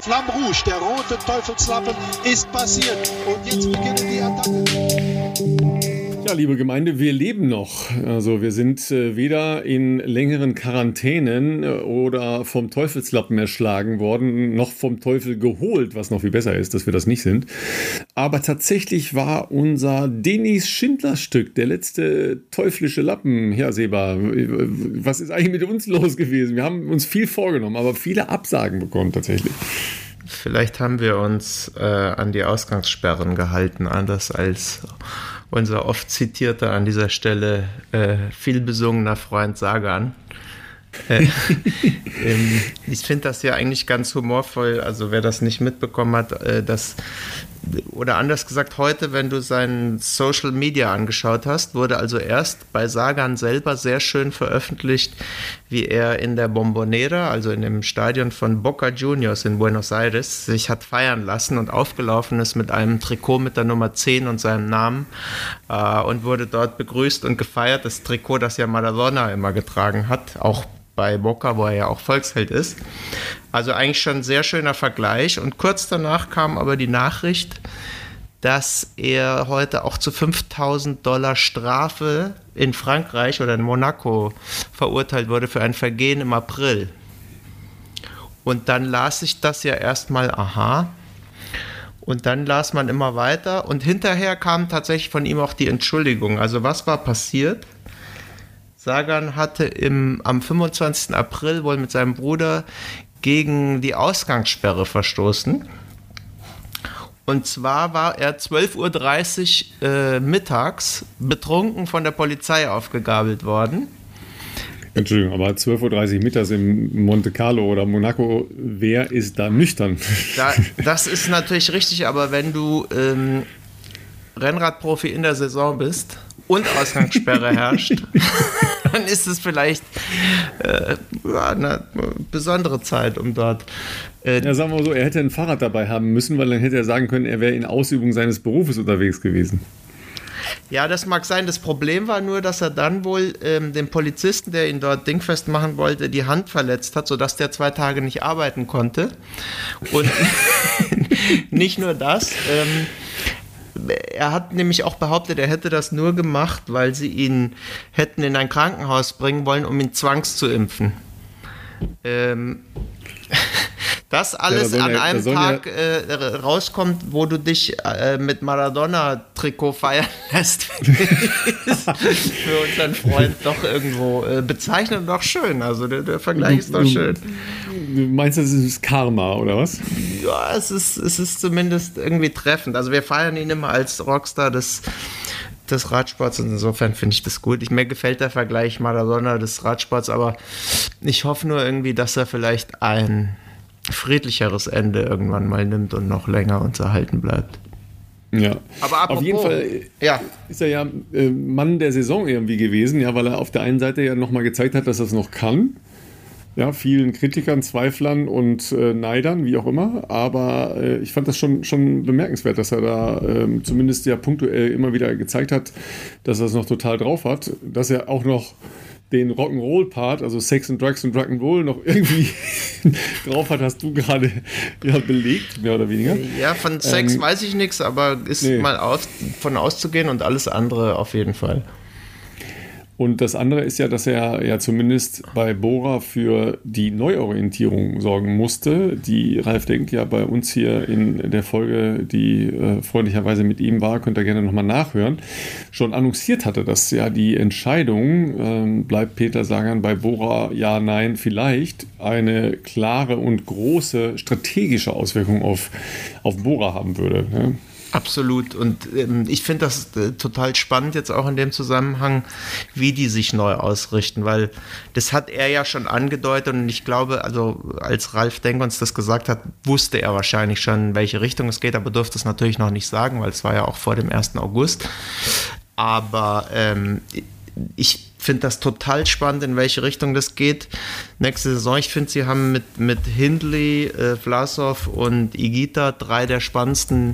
Flamme Rouge, der rote Teufelslappen, ist passiert. Und jetzt beginnen die Attacken. Ja, liebe Gemeinde, wir leben noch. Also wir sind weder in längeren Quarantänen oder vom Teufelslappen erschlagen worden, noch vom Teufel geholt, was noch viel besser ist, dass wir das nicht sind. Aber tatsächlich war unser Denis Schindler-Stück, der letzte teuflische Lappen, Herr Seba, was ist eigentlich mit uns los gewesen? Wir haben uns viel vorgenommen, aber viele Absagen bekommen tatsächlich. Vielleicht haben wir uns an die Ausgangssperren gehalten, anders als unser oft zitierter, an dieser Stelle viel besungener Freund Sagan. Ich finde das ja eigentlich ganz humorvoll, also wer das nicht mitbekommen hat, oder anders gesagt, heute, wenn du seinen Social Media angeschaut hast, wurde also erst bei Sagan selber sehr schön veröffentlicht, wie er in der Bombonera, also in dem Stadion von Boca Juniors in Buenos Aires, sich hat feiern lassen und aufgelaufen ist mit einem Trikot mit der Nummer 10 und seinem Namen und wurde dort begrüßt und gefeiert. Das Trikot, das ja Maradona immer getragen hat, auch bei Boca, wo er ja auch Volksheld ist. Also eigentlich schon ein sehr schöner Vergleich. Und kurz danach kam aber die Nachricht, dass er heute auch zu $5.000 Strafe in Frankreich oder in Monaco verurteilt wurde für ein Vergehen im April. Und dann las ich das ja erstmal, aha. Und dann las man immer weiter. Und hinterher kam tatsächlich von ihm auch die Entschuldigung. Also was war passiert? Sagan hatte am 25. April wohl mit seinem Bruder gegen die Ausgangssperre verstoßen. Und zwar war er 12.30 Uhr mittags betrunken von der Polizei aufgegabelt worden. Entschuldigung, aber 12.30 Uhr mittags in Monte Carlo oder Monaco, wer ist da nüchtern? Das ist natürlich richtig, aber wenn du Rennradprofi in der Saison bist und Ausgangssperre herrscht, dann ist es vielleicht eine besondere Zeit, um dort... Ja, sagen wir mal so, er hätte ein Fahrrad dabei haben müssen, weil dann hätte er sagen können, er wäre in Ausübung seines Berufes unterwegs gewesen. Ja, das mag sein. Das Problem war nur, dass er dann wohl dem Polizisten, der ihn dort dingfest machen wollte, die Hand verletzt hat, sodass der 2 Tage nicht arbeiten konnte. Und nicht nur das... Er hat nämlich auch behauptet, er hätte das nur gemacht, weil sie ihn hätten in ein Krankenhaus bringen wollen, um ihn zwangszuimpfen. Das alles an einem Tag rauskommt, wo du dich mit Maradona-Trikot feiern lässt, ist für unseren Freund doch irgendwo bezeichnend doch schön. Also der Vergleich ist doch schön. Du meinst, das ist Karma, oder was? Ja, es ist zumindest irgendwie treffend. Also wir feiern ihn immer als Rockstar des Radsports und insofern finde ich das gut. Mir gefällt der Vergleich Maradona des Radsports, aber ich hoffe nur irgendwie, dass er vielleicht ein friedlicheres Ende irgendwann mal nimmt und noch länger uns erhalten bleibt. Ja, aber apropos, auf jeden Fall ist er ja Mann der Saison irgendwie gewesen, ja, weil er auf der einen Seite ja nochmal gezeigt hat, dass er es noch kann. Ja, vielen Kritikern, Zweiflern und Neidern, wie auch immer. Aber ich fand das schon bemerkenswert, dass er da zumindest ja punktuell immer wieder gezeigt hat, dass er es noch total drauf hat. Dass er auch noch den Rock'n'Roll-Part, also Sex and Drugs und Rock'n'Roll, noch irgendwie drauf hat, hast du gerade belegt, mehr oder weniger. Ja, von Sex weiß ich nichts, aber ist mal von auszugehen und alles andere auf jeden Fall. Und das andere ist ja, dass er ja zumindest bei Bora für die Neuorientierung sorgen musste, die Ralf Denk ja bei uns hier in der Folge, die freundlicherweise mit ihm war, könnt ihr gerne nochmal nachhören, schon annonciert hatte, dass ja die Entscheidung, bleibt Peter Sagan bei Bora, ja, nein, vielleicht, eine klare und große strategische Auswirkung auf Bora haben würde. Ne? Absolut. Und ich finde das total spannend jetzt auch in dem Zusammenhang, wie die sich neu ausrichten, weil das hat er ja schon angedeutet und ich glaube, also als Ralf Denk uns das gesagt hat, wusste er wahrscheinlich schon, in welche Richtung es geht, aber durfte es natürlich noch nicht sagen, weil es war ja auch vor dem 1. August. Aber ich finde das total spannend, in welche Richtung das geht. Nächste Saison, ich finde, sie haben mit Hindley, Vlasov und Igita 3 der spannendsten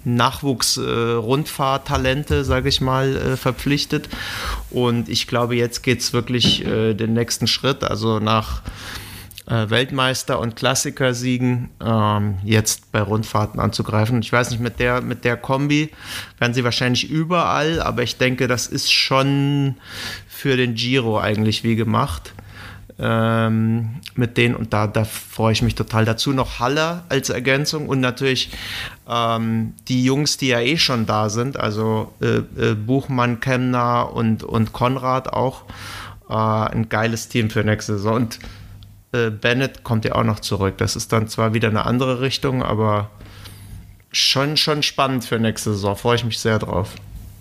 Nachwuchs-Rundfahrtalente, sage ich mal, verpflichtet. Und ich glaube, jetzt geht es wirklich den nächsten Schritt. Also nach Weltmeister und Klassiker-Siegen jetzt bei Rundfahrten anzugreifen. Und ich weiß nicht, mit der Kombi werden sie wahrscheinlich überall, aber ich denke, das ist schon für den Giro eigentlich wie gemacht. Mit denen, und da freue ich mich total. Dazu noch Haller als Ergänzung und natürlich die Jungs, die ja schon da sind, also Buchmann, Kemner und Konrad auch. Ein geiles Team für nächste Saison. Und Bennett kommt ja auch noch zurück. Das ist dann zwar wieder eine andere Richtung, aber schon spannend für nächste Saison. Freue ich mich sehr drauf.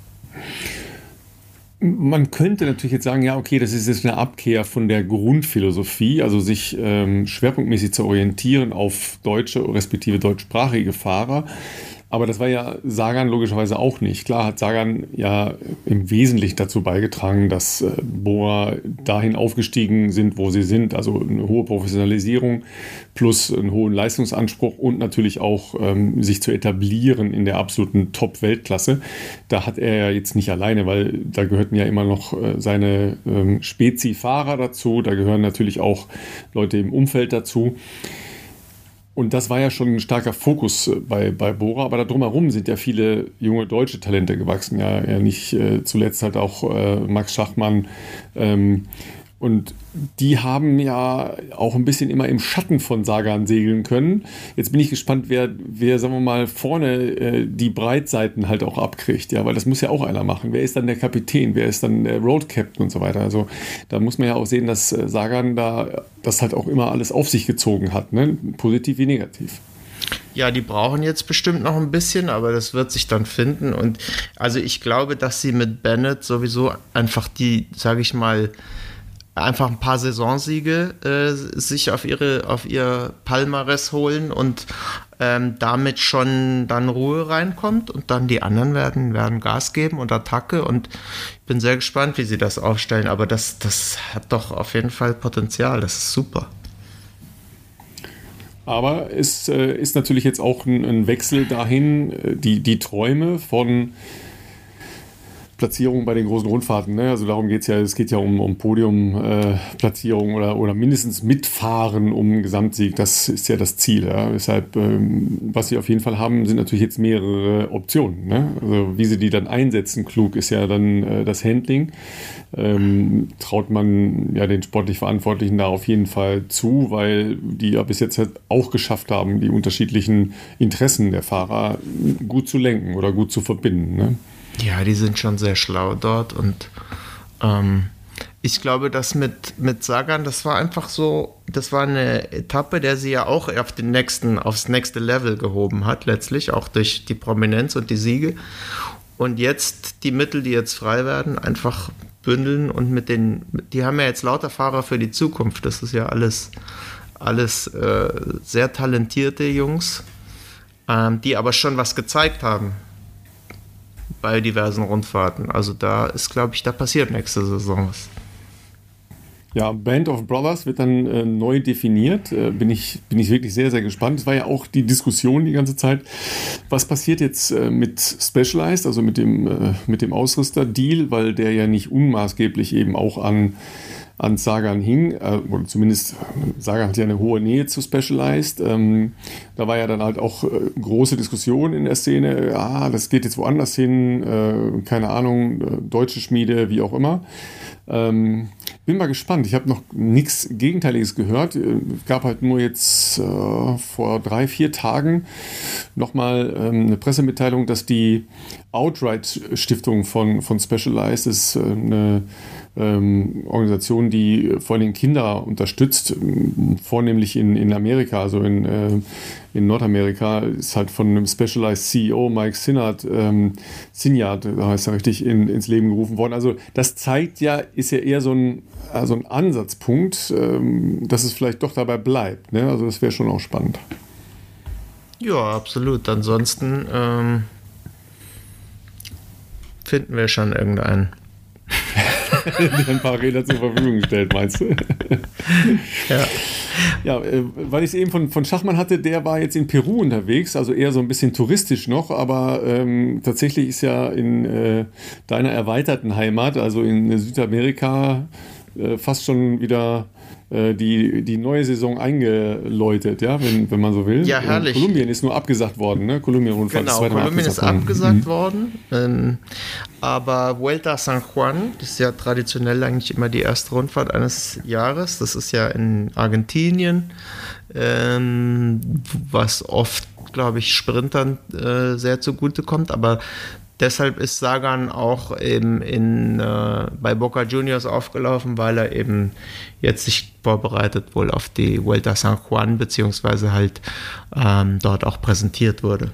Man könnte natürlich jetzt sagen, ja, okay, das ist jetzt eine Abkehr von der Grundphilosophie, also sich schwerpunktmäßig zu orientieren auf deutsche respektive deutschsprachige Fahrer. Aber das war ja Sagan logischerweise auch nicht. Klar hat Sagan ja im Wesentlichen dazu beigetragen, dass Bora dahin aufgestiegen sind, wo sie sind. Also eine hohe Professionalisierung plus einen hohen Leistungsanspruch und natürlich auch sich zu etablieren in der absoluten Top-Weltklasse. Da hat er ja jetzt nicht alleine, weil da gehörten ja immer noch seine Spezi-Fahrer dazu. Da gehören natürlich auch Leute im Umfeld dazu. Und das war ja schon ein starker Fokus bei Bora, aber da drumherum sind ja viele junge deutsche Talente gewachsen. Ja nicht zuletzt halt auch Max Schachmann. Und die haben ja auch ein bisschen immer im Schatten von Sagan segeln können. Jetzt bin ich gespannt, wer sagen wir mal, vorne die Breitseiten halt auch abkriegt. Ja, weil das muss ja auch einer machen. Wer ist dann der Kapitän? Wer ist dann der Road Captain und so weiter? Also da muss man ja auch sehen, dass Sagan da das halt auch immer alles auf sich gezogen hat. Ne? Positiv wie negativ. Ja, die brauchen jetzt bestimmt noch ein bisschen, aber das wird sich dann finden. Und also ich glaube, dass sie mit Bennett sowieso einfach die, sage ich mal, einfach ein paar Saisonsiege sich auf ihr Palmares holen und damit schon dann Ruhe reinkommt und dann die anderen werden Gas geben und Attacke und ich bin sehr gespannt, wie sie das aufstellen, aber das hat doch auf jeden Fall Potenzial, das ist super. Aber es ist natürlich jetzt auch ein Wechsel dahin, die Träume von Platzierung bei den großen Rundfahrten, ne? Also darum geht es ja, es geht ja um Podiumplatzierung oder mindestens mitfahren um Gesamtsieg, das ist ja das Ziel. Ja? Deshalb, was sie auf jeden Fall haben, sind natürlich jetzt mehrere Optionen. Ne? Also wie sie die dann einsetzen, klug ist ja dann das Handling. Traut man ja den sportlich Verantwortlichen da auf jeden Fall zu, weil die ja bis jetzt halt auch geschafft haben, die unterschiedlichen Interessen der Fahrer gut zu lenken oder gut zu verbinden. Ne? Ja, die sind schon sehr schlau dort und ich glaube, dass mit Sagan, das war einfach so, das war eine Etappe, der sie ja auch aufs nächste Level gehoben hat, letztlich, auch durch die Prominenz und die Siege. Und jetzt die Mittel, die jetzt frei werden, einfach bündeln und die haben ja jetzt lauter Fahrer für die Zukunft. Das ist ja alles sehr talentierte Jungs, die aber schon was gezeigt haben bei diversen Rundfahrten. Also da ist, glaube ich, da passiert nächste Saison was. Ja, Band of Brothers wird dann neu definiert. Bin ich wirklich sehr, sehr gespannt. Es war ja auch die Diskussion die ganze Zeit. Was passiert jetzt mit Specialized, also mit dem Ausrüster-Deal, weil der ja nicht unmaßgeblich eben auch an Sagan hing, oder zumindest Sagan hat ja eine hohe Nähe zu Specialized. Da war ja dann halt auch große Diskussion in der Szene. Das geht jetzt woanders hin, keine Ahnung, deutsche Schmiede, wie auch immer. Bin mal gespannt. Ich habe noch nichts Gegenteiliges gehört. Es gab halt nur jetzt vor 3-4 Tagen nochmal eine Pressemitteilung, dass die Outright-Stiftung von Specialized ist eine Organisation, die vor allem Kinder unterstützt, vornehmlich in Amerika, also in Nordamerika, ist halt von einem Specialized CEO, Mike Sinyard, heißt er richtig, ins Leben gerufen worden. Also das zeigt ja, ist ja eher so ein Ansatzpunkt, dass es vielleicht doch dabei bleibt. Ne? Also das wäre schon auch spannend. Ja, absolut. Ansonsten finden wir schon irgendeinen. Der ein paar Räder zur Verfügung stellt, meinst du? Ja, weil ich es eben von Schachmann hatte, der war jetzt in Peru unterwegs, also eher so ein bisschen touristisch noch, aber tatsächlich ist ja in deiner erweiterten Heimat, also in Südamerika, fast schon wieder die neue Saison eingeläutet, ja, wenn man so will. Ja, herrlich. Kolumbien ist nur abgesagt worden, ne? Kolumbien-Rundfahrt genau, Kolumbien ist abgesagt worden. Aber Vuelta a San Juan, das ist ja traditionell eigentlich immer die erste Rundfahrt eines Jahres. Das ist ja in Argentinien, was oft, glaube ich, Sprintern sehr zugute kommt. Aber deshalb ist Sagan auch eben bei Boca Juniors aufgelaufen, weil er eben jetzt sich vorbereitet wohl auf die Vuelta a San Juan, beziehungsweise halt dort auch präsentiert wurde.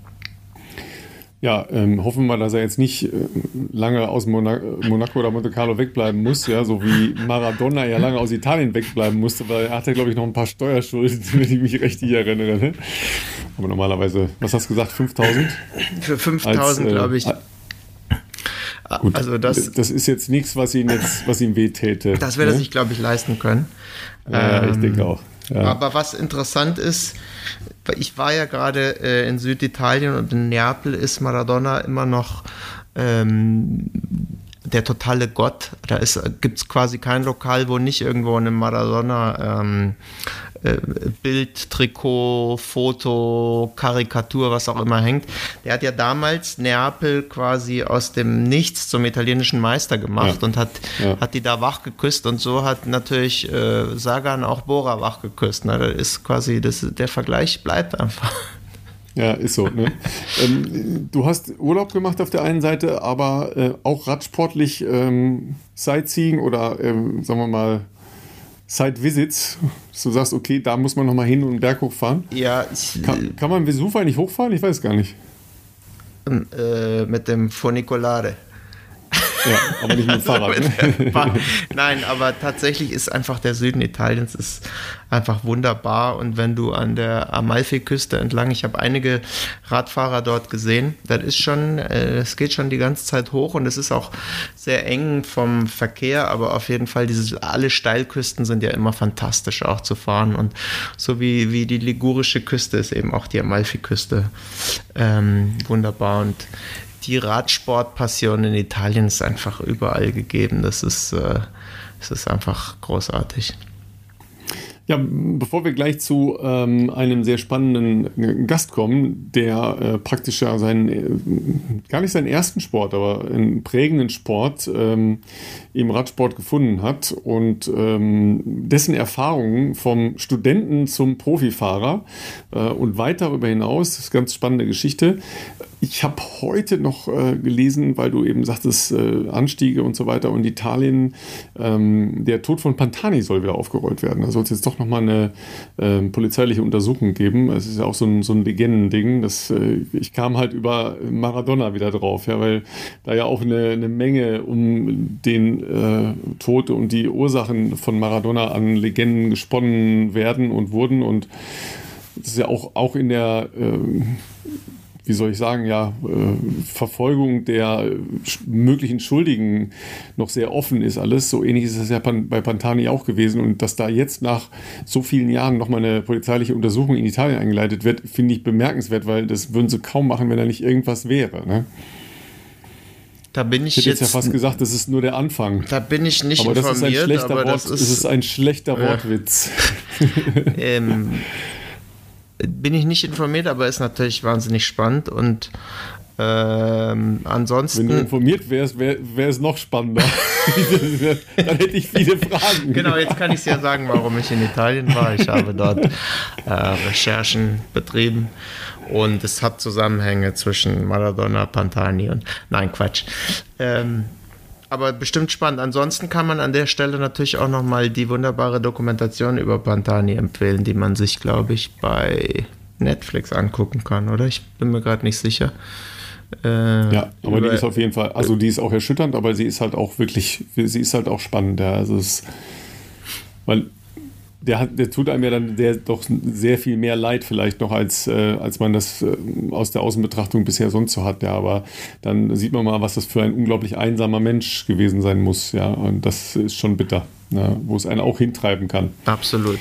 Ja, hoffen wir, dass er jetzt nicht lange aus Monaco oder Monte Carlo wegbleiben muss, ja, so wie Maradona ja lange aus Italien wegbleiben musste, weil er hatte, glaube ich, noch ein paar Steuerschulden, wenn ich mich richtig erinnere. Ne? Aber normalerweise, was hast du gesagt, 5.000? Für 5.000, glaube ich. Gut, also das ist jetzt nichts, was ihm wehtäte. Das wird er sich, glaube ich, leisten können. Ja, ich denke auch. Ja. Aber was interessant ist, ich war ja gerade in Süditalien und in Neapel ist Maradona immer noch der totale Gott. Da gibt es quasi kein Lokal, wo nicht irgendwo eine Maradona Bild, Trikot, Foto, Karikatur, was auch immer hängt. Der hat ja damals Neapel quasi aus dem Nichts zum italienischen Meister gemacht und hat die da wach geküsst, und so hat natürlich Sagan auch Bora wach geküsst. Ne? Das ist quasi, der Vergleich bleibt einfach. Ja, ist so. Ne? Du hast Urlaub gemacht auf der einen Seite, aber auch radsportlich Sightseeing oder sagen wir mal Site-Visits. Du sagst, okay, da muss man nochmal hin und einen Berg hochfahren. Ja. Kann man Vesuv eigentlich hochfahren? Ich weiß gar nicht. Mit dem Funicolare. Ja, aber nicht mit dem Fahrrad. Nein, aber tatsächlich ist einfach der Süden Italiens ist einfach wunderbar, und wenn du an der Amalfiküste entlang, ich habe einige Radfahrer dort gesehen, das ist schon, es geht schon die ganze Zeit hoch, und es ist auch sehr eng vom Verkehr, aber auf jeden Fall alle Steilküsten sind ja immer fantastisch auch zu fahren, und so wie die ligurische Küste ist eben auch die Amalfiküste wunderbar, und die Radsportpassion in Italien ist einfach überall gegeben. Das ist einfach großartig. Ja, bevor wir gleich zu einem sehr spannenden Gast kommen, der praktisch ja gar nicht seinen ersten Sport, aber einen prägenden Sport im Radsport gefunden hat und dessen Erfahrungen vom Studenten zum Profifahrer und weit darüber hinaus, das ist eine ganz spannende Geschichte. Ich habe heute noch gelesen, weil du eben sagtest, Anstiege und so weiter, und Italien, der Tod von Pantani soll wieder aufgerollt werden. Da soll es jetzt doch nochmal eine polizeiliche Untersuchung geben. Es ist ja auch so ein Legendending. Ich kam halt über Maradona wieder drauf, ja, weil da ja auch eine Menge um den Tod und die Ursachen von Maradona an Legenden gesponnen werden und wurden. Und das ist ja auch in der wie soll ich sagen, Verfolgung der möglichen Schuldigen noch sehr offen ist alles. So ähnlich ist es ja bei Pantani auch gewesen. Und dass da jetzt nach so vielen Jahren nochmal eine polizeiliche Untersuchung in Italien eingeleitet wird, finde ich bemerkenswert, weil das würden sie kaum machen, wenn da nicht irgendwas wäre. Ne? Da bin ich hätte jetzt ja fast gesagt, das ist nur der Anfang. Da bin ich nicht aber informiert. Das ist ein schlechter Wortwitz. Bin ich nicht informiert, aber ist natürlich wahnsinnig spannend, und ansonsten... Wenn du informiert wärst, wäre es noch spannender. Dann hätte ich viele Fragen. Genau, jetzt kann ich es ja sagen, warum ich in Italien war. Ich habe dort Recherchen betrieben, und es hat Zusammenhänge zwischen Maradona, Pantani und... Nein, Quatsch. Aber bestimmt spannend. Ansonsten kann man an der Stelle natürlich auch nochmal die wunderbare Dokumentation über Pantani empfehlen, die man sich, glaube ich, bei Netflix angucken kann, oder? Ich bin mir gerade nicht sicher. Ja, aber die ist auf jeden Fall, also die ist auch erschütternd, aber sie ist halt auch auch spannend. Ja. Also weil der tut einem ja dann doch sehr viel mehr leid vielleicht noch, als man das aus der Außenbetrachtung bisher sonst so hat. Ja, aber dann sieht man mal, was das für ein unglaublich einsamer Mensch gewesen sein muss. Ja, und das ist schon bitter, ja, wo es einen auch hintreiben kann. Absolut.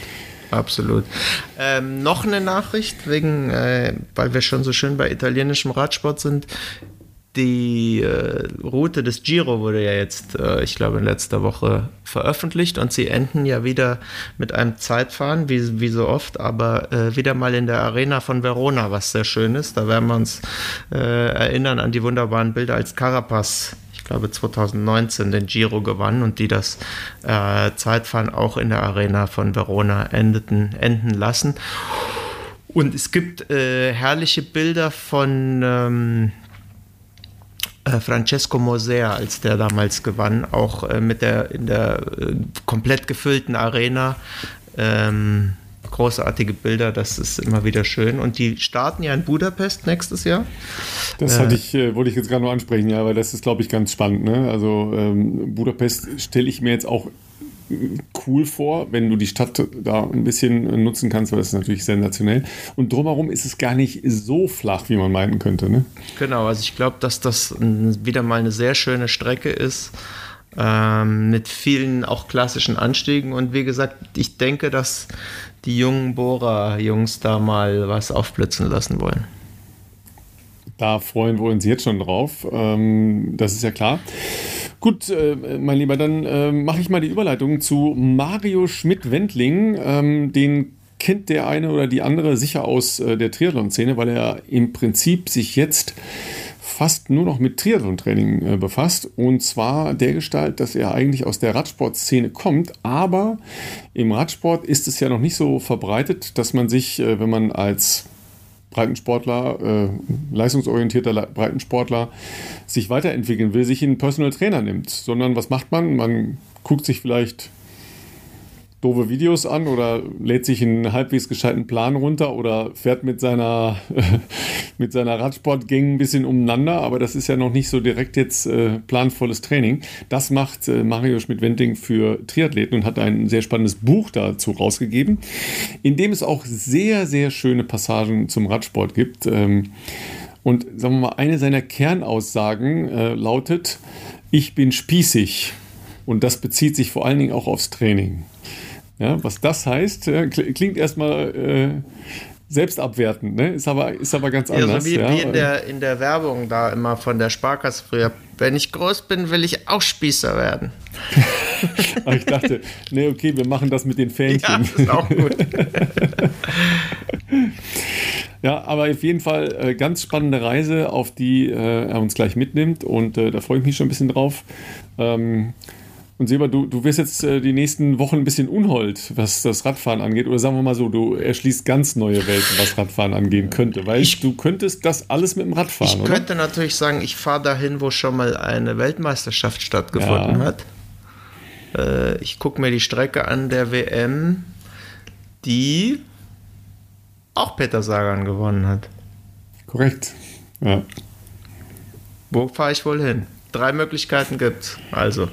Noch eine Nachricht, weil wir schon so schön bei italienischem Radsport sind. Die Route des Giro wurde ja jetzt, ich glaube, in letzter Woche veröffentlicht und sie enden ja wieder mit einem Zeitfahren, wie so oft, aber wieder mal in der Arena von Verona, was sehr schön ist. Da werden wir uns erinnern an die wunderbaren Bilder, als Carapaz, ich glaube 2019, den Giro gewann und die das Zeitfahren auch in der Arena von Verona enden lassen. Und es gibt herrliche Bilder von Francesco Moser, als der damals gewann, auch in der komplett gefüllten Arena. Großartige Bilder, das ist immer wieder schön. Und die starten ja in Budapest nächstes Jahr. Das wollte ich jetzt gerade nur ansprechen, ja, weil das ist, glaube ich, ganz spannend. Ne? Also Budapest stelle ich mir jetzt auch cool vor, wenn du die Stadt da ein bisschen nutzen kannst, weil das ist natürlich sensationell. Und drumherum ist es gar nicht so flach, wie man meinen könnte. Ne? Genau, also ich glaube, dass das wieder mal eine sehr schöne Strecke ist, mit vielen auch klassischen Anstiegen. Und wie gesagt, ich denke, dass die jungen Bora-Jungs da mal was aufblitzen lassen wollen. Da freuen wir uns jetzt schon drauf. Das ist ja klar. Gut, mein Lieber, dann mache ich mal die Überleitung zu Mario Schmidt-Wendling. Den kennt der eine oder die andere sicher aus der Triathlon-Szene, weil er im Prinzip sich jetzt fast nur noch mit Triathlon-Training befasst. Und zwar dergestalt, dass er eigentlich aus der Radsportszene kommt. Aber im Radsport ist es ja noch nicht so verbreitet, dass man sich, wenn man als Breitensportler, leistungsorientierter Breitensportler sich weiterentwickeln will, sich einen Personal Trainer nimmt, sondern was macht man? Man guckt sich vielleicht doofe Videos an oder lädt sich einen halbwegs gescheiten Plan runter oder fährt mit seiner Radsportgang ein bisschen umeinander, aber das ist ja noch nicht so direkt jetzt planvolles Training. Das macht Mario Schmidt-Wendling für Triathleten und hat ein sehr spannendes Buch dazu rausgegeben, in dem es auch sehr, sehr schöne Passagen zum Radsport gibt. Und sagen wir mal, eine seiner Kernaussagen lautet: Ich bin spießig. Und das bezieht sich vor allen Dingen auch aufs Training. Ja, was das heißt, klingt erstmal selbstabwertend, ne? Ist aber ganz anders. So wie in der Werbung da immer von der Sparkasse früher. Wenn ich groß bin, will ich auch Spießer werden. Aber ich dachte, nee, okay, wir machen das mit den Fähnchen. Ja, das ist auch gut. Ja, aber auf jeden Fall ganz spannende Reise, auf die er uns gleich mitnimmt und da freue ich mich schon ein bisschen drauf. Und Seba, du wirst jetzt die nächsten Wochen ein bisschen unhold, was das Radfahren angeht. Oder sagen wir mal so, du erschließt ganz neue Welten, was Radfahren angehen könnte. Weil du könntest das alles mit dem Rad fahren, oder? Ich könnte natürlich sagen, ich fahre dahin, wo schon mal eine Weltmeisterschaft stattgefunden hat. Ich gucke mir die Strecke an der WM, die auch Peter Sagan gewonnen hat. Korrekt, ja. Wo fahre ich wohl hin? 3 Möglichkeiten gibt's, also.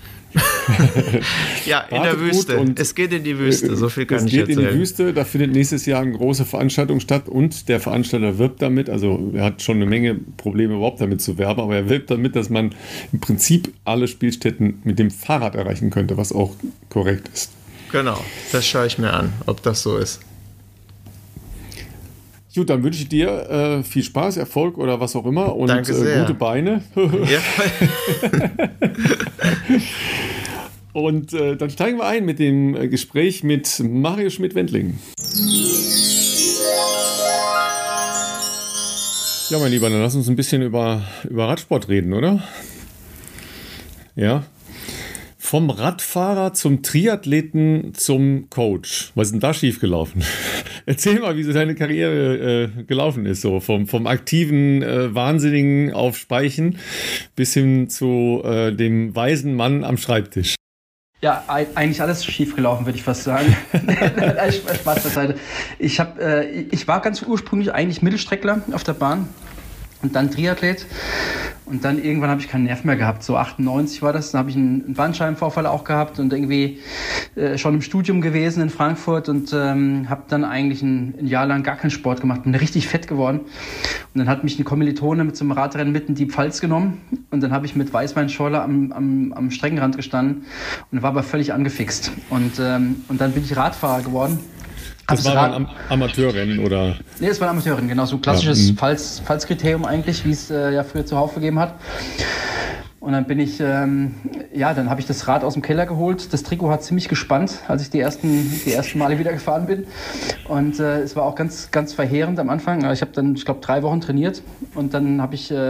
Ja, in der Wüste. Es geht in die Wüste, so viel kann ich erzählen. Es geht in die Wüste, da findet nächstes Jahr eine große Veranstaltung statt und der Veranstalter wirbt damit, also er hat schon eine Menge Probleme überhaupt damit zu werben, aber er wirbt damit, dass man im Prinzip alle Spielstätten mit dem Fahrrad erreichen könnte, was auch korrekt ist. Genau, das schaue ich mir an, ob das so ist. Gut, dann wünsche ich dir viel Spaß, Erfolg oder was auch immer und gute Beine. Ja. Und dann steigen wir ein mit dem Gespräch mit Mario Schmidt-Wendling. Ja, mein Lieber, dann lass uns ein bisschen über Radsport reden, oder? Ja. Vom Radfahrer zum Triathleten zum Coach. Was ist denn da schiefgelaufen? Erzähl mal, wie so deine Karriere gelaufen ist. So vom aktiven Wahnsinnigen auf Speichen bis hin zu dem weisen Mann am Schreibtisch. Ja, eigentlich alles schiefgelaufen, würde ich fast sagen. Spaß beiseite. Ich war ganz ursprünglich eigentlich Mittelstreckler auf der Bahn und dann Triathlet. Und dann irgendwann habe ich keinen Nerv mehr gehabt. So 98 war das. Dann habe ich einen Bandscheibenvorfall auch gehabt und irgendwie schon im Studium gewesen in Frankfurt und habe dann eigentlich ein Jahr lang gar keinen Sport gemacht. Bin richtig fett geworden. Und dann hat mich eine Kommilitone mit so einem Radrennen mitten in die Pfalz genommen. Und dann habe ich mit Weißweinschorle am Streckenrand gestanden und war aber völlig angefixt. Und dann bin ich Radfahrer geworden. Das war ein Amateurrennen, oder? Nee, es war ein Amateurrennen, genau. So ein klassisches Fallskriterium eigentlich, wie es ja früher zuhauf gegeben hat. Und dann bin ich, dann habe ich das Rad aus dem Keller geholt. Das Trikot hat ziemlich gespannt, als ich die ersten Male wieder gefahren bin. Und es war auch ganz, ganz verheerend am Anfang. Ich habe dann, 3 Wochen trainiert. Und dann habe ich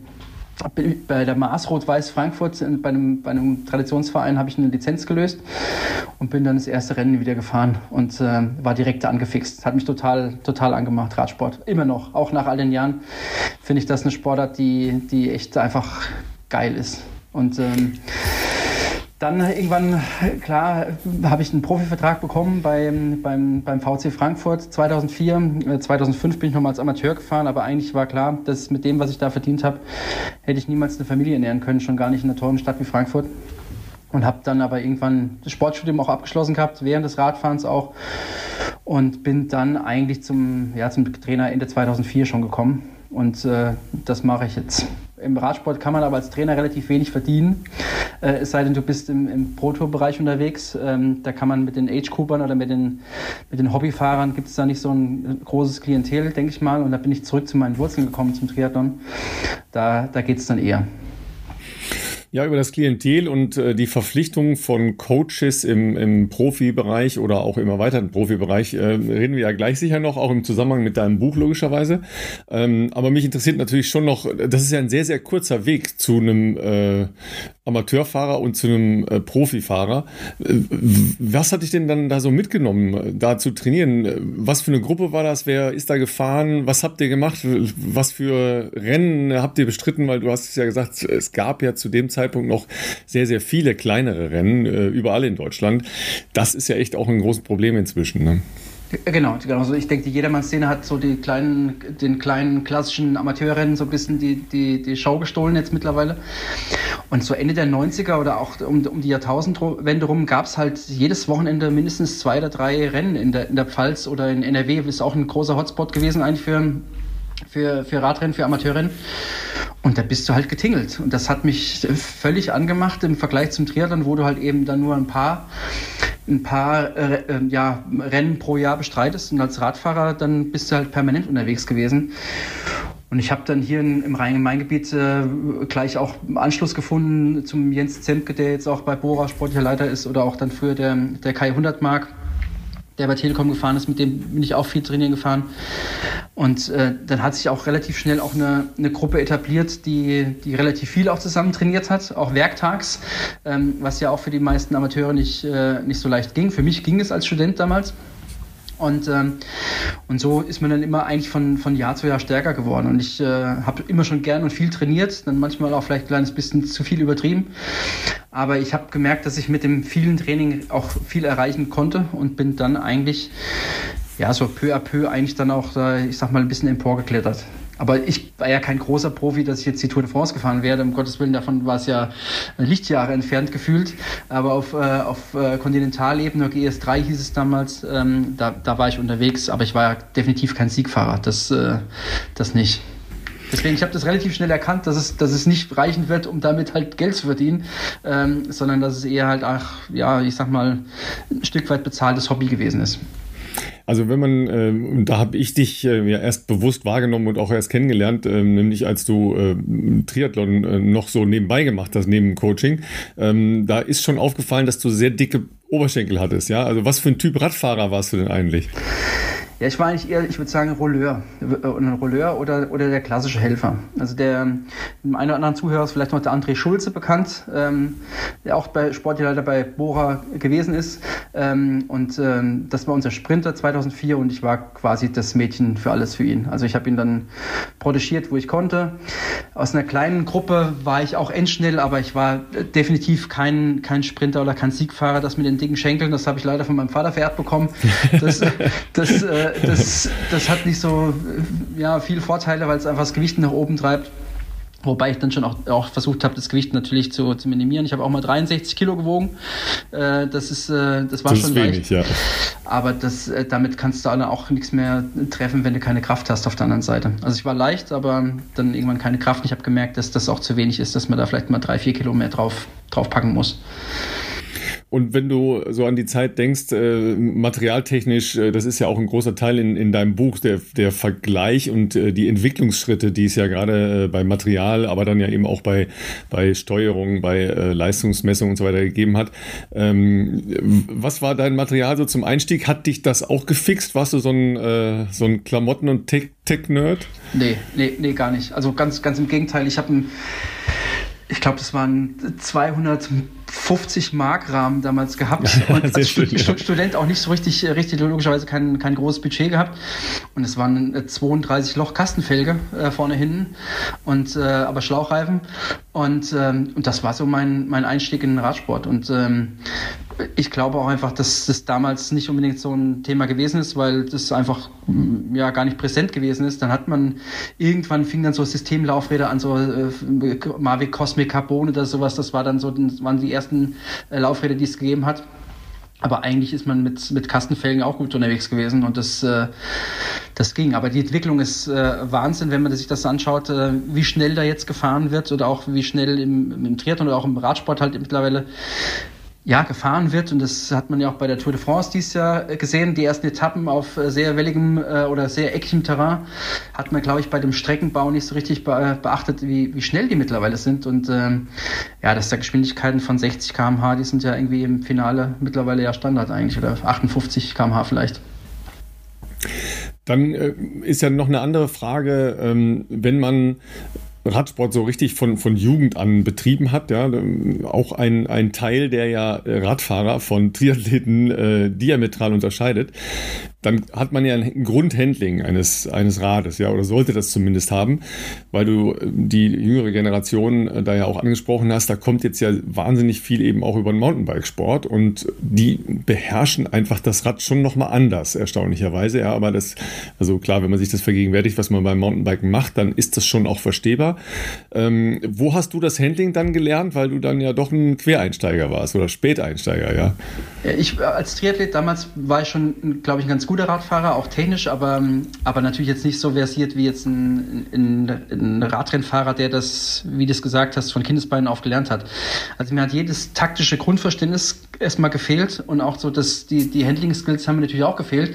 bei der Mars Rot-Weiß Frankfurt, bei einem Traditionsverein, habe ich eine Lizenz gelöst und bin dann das erste Rennen wieder gefahren und war direkt angefixt. Hat mich total angemacht, Radsport. Immer noch, auch nach all den Jahren, finde ich das eine Sportart, die echt einfach geil ist. Und dann irgendwann, klar, habe ich einen Profivertrag bekommen beim VC Frankfurt 2004. 2005 bin ich nochmal als Amateur gefahren, aber eigentlich war klar, dass mit dem, was ich da verdient habe, hätte ich niemals eine Familie ernähren können, schon gar nicht in einer tollen Stadt wie Frankfurt. Und habe dann aber irgendwann das Sportstudium auch abgeschlossen gehabt, während des Radfahrens auch. Und bin dann eigentlich zum Trainer Ende 2004 schon gekommen. Und das mache ich jetzt. Im Radsport kann man aber als Trainer relativ wenig verdienen, es sei denn, du bist im Pro-Tour-Bereich unterwegs. Da kann man mit den Age-Groupern oder mit den Hobbyfahrern, gibt es da nicht so ein großes Klientel, denke ich mal. Und da bin ich zurück zu meinen Wurzeln gekommen, zum Triathlon. Da geht es dann eher. Ja, über das Klientel und die Verpflichtung von Coaches im Profibereich oder auch im erweiterten Profibereich reden wir ja gleich sicher noch, auch im Zusammenhang mit deinem Buch logischerweise. Aber mich interessiert natürlich schon noch, das ist ja ein sehr, sehr kurzer Weg zu einem Amateurfahrer und zu einem Profifahrer. Was hat dich denn dann da so mitgenommen, da zu trainieren? Was für eine Gruppe war das? Wer ist da gefahren? Was habt ihr gemacht? Was für Rennen habt ihr bestritten? Weil du hast es ja gesagt, es gab ja zu dem Zeitpunkt noch sehr, sehr viele kleinere Rennen, überall in Deutschland. Das ist ja echt auch ein großes Problem inzwischen, ne? Genau. Also ich denke, die Jedermann-Szene hat so den kleinen klassischen Amateurrennen so ein bisschen die Show gestohlen jetzt mittlerweile. Und so Ende der 90er oder auch um die Jahrtausendwende rum gab es halt jedes Wochenende mindestens 2 oder 3 Rennen in der Pfalz oder in NRW. Das ist auch ein großer Hotspot gewesen eigentlich für Radrennen, für Amateurrennen. Und da bist du halt getingelt. Und das hat mich völlig angemacht im Vergleich zum Triathlon, wo du halt eben dann nur ein paar Rennen pro Jahr bestreitest. Und als Radfahrer dann bist du halt permanent unterwegs gewesen. Und ich habe dann hier im Rhein-Main-Gebiet gleich auch Anschluss gefunden zum Jens Zemke, der jetzt auch bei Bora sportlicher Leiter ist, oder auch dann früher der Kai Hundertmark, der bei Telekom gefahren ist, mit dem bin ich auch viel trainieren gefahren. Und dann hat sich auch relativ schnell auch eine Gruppe etabliert, die relativ viel auch zusammen trainiert hat, auch werktags, was ja auch für die meisten Amateure nicht so leicht ging. Für mich ging es als Student damals. Und so ist man dann immer eigentlich von Jahr zu Jahr stärker geworden. Und ich habe immer schon gern und viel trainiert, dann manchmal auch vielleicht ein kleines bisschen zu viel übertrieben. Aber ich habe gemerkt, dass ich mit dem vielen Training auch viel erreichen konnte und bin dann eigentlich, so peu à peu eigentlich dann auch, ich sag mal, ein bisschen emporgeklettert. Aber ich war ja kein großer Profi, dass ich jetzt die Tour de France gefahren werde. Um Gottes Willen, davon war es ja Lichtjahre entfernt gefühlt. Aber auf Kontinentalebene, GS3 hieß es damals, da war ich unterwegs. Aber ich war ja definitiv kein Siegfahrer, das nicht. Deswegen, ich habe das relativ schnell erkannt, dass es nicht reichen wird, um damit halt Geld zu verdienen, sondern dass es eher halt, ich sag mal, ein Stück weit bezahltes Hobby gewesen ist. Also wenn man, da habe ich dich erst bewusst wahrgenommen und auch erst kennengelernt, nämlich als du Triathlon noch so nebenbei gemacht hast, neben Coaching. Da ist schon aufgefallen, dass du sehr dicke Oberschenkel hattest, ja? Also was für ein Typ Radfahrer warst du denn eigentlich? Ja, ich war eigentlich eher, ich würde sagen, Rolleur. Ein Rolleur oder der klassische Helfer. Also dem einen oder anderen Zuhörer ist vielleicht noch der André Schulze bekannt, der auch bei Sportleiter bei Bora gewesen ist. Das war unser Sprinter 2004 und ich war quasi das Mädchen für alles für ihn. Also ich habe ihn dann protegiert, wo ich konnte. Aus einer kleinen Gruppe war ich auch endschnell, aber ich war definitiv kein Sprinter oder kein Siegfahrer. Das mit den dicken Schenkeln, das habe ich leider von meinem Vater vererbt bekommen. Das hat nicht so viele Vorteile, weil es einfach das Gewicht nach oben treibt. Wobei ich dann schon auch versucht habe, das Gewicht natürlich zu minimieren. Ich habe auch mal 63 Kilo gewogen. Das war schon leicht. Wenig, ja. Aber damit kannst du auch nichts mehr treffen, wenn du keine Kraft hast auf der anderen Seite. Also ich war leicht, aber dann irgendwann keine Kraft. Und ich habe gemerkt, dass das auch zu wenig ist, dass man da vielleicht mal 3-4 Kilo mehr drauf packen muss. Und wenn du so an die Zeit denkst, materialtechnisch, das ist ja auch ein großer Teil in deinem Buch, der Vergleich und die Entwicklungsschritte, die es ja gerade bei Material, aber dann ja eben auch bei Steuerung, bei Leistungsmessung und so weiter gegeben hat. Was war dein Material so zum Einstieg? Hat dich das auch gefixt? Warst du so ein Klamotten- und Tech-Nerd? Nee, gar nicht. Also ganz im Gegenteil. Ich glaube, das waren 250 Mark Rahmen damals gehabt und als Student auch nicht so richtig logischerweise kein großes Budget gehabt und es waren 32 Loch Kastenfelge vorne hinten und aber Schlauchreifen und das war so mein Einstieg in den Radsport und ich glaube auch einfach, dass das damals nicht unbedingt so ein Thema gewesen ist, weil das einfach ja gar nicht präsent gewesen ist. Dann hat man irgendwann fing dann so Systemlaufräder an, so Mavic Cosmic Carbon oder sowas. Das waren die ersten Laufräder, die es gegeben hat. Aber eigentlich ist man mit Kastenfelgen auch gut unterwegs gewesen und das ging. Aber die Entwicklung ist Wahnsinn, wenn man sich das anschaut, wie schnell da jetzt gefahren wird oder auch wie schnell im Triathlon oder auch im Radsport halt mittlerweile gefahren wird. Und das hat man ja auch bei der Tour de France dieses Jahr gesehen. Die ersten Etappen auf sehr welligem oder sehr eckigem Terrain hat man, glaube ich, bei dem Streckenbau nicht so richtig beachtet, wie schnell die mittlerweile sind. Und dass da Geschwindigkeiten von 60 km/h, die sind ja irgendwie im Finale mittlerweile ja Standard eigentlich oder 58 km/h vielleicht. Dann ist ja noch eine andere Frage, wenn man Radsport so richtig von Jugend an betrieben hat, ja, auch ein Teil, der ja Radfahrer von Triathleten diametral unterscheidet, dann hat man ja ein Grundhandling eines Rades, ja, oder sollte das zumindest haben, weil du die jüngere Generation da ja auch angesprochen hast, da kommt jetzt ja wahnsinnig viel eben auch über den Mountainbikesport und die beherrschen einfach das Rad schon nochmal anders, erstaunlicherweise, ja, aber also klar, wenn man sich das vergegenwärtigt, was man beim Mountainbiken macht, dann ist das schon auch verstehbar. Wo hast du das Handling dann gelernt, weil du dann ja doch ein Quereinsteiger warst oder Späteinsteiger, ja? Ich als Triathlet damals war ich schon, glaube ich, ein ganz guter Radfahrer, auch technisch, aber natürlich jetzt nicht so versiert wie jetzt ein Radrennfahrer, der das, wie du es gesagt hast, von Kindesbeinen auf gelernt hat. Also mir hat jedes taktische Grundverständnis erstmal gefehlt und auch so, dass die Handling-Skills haben mir natürlich auch gefehlt.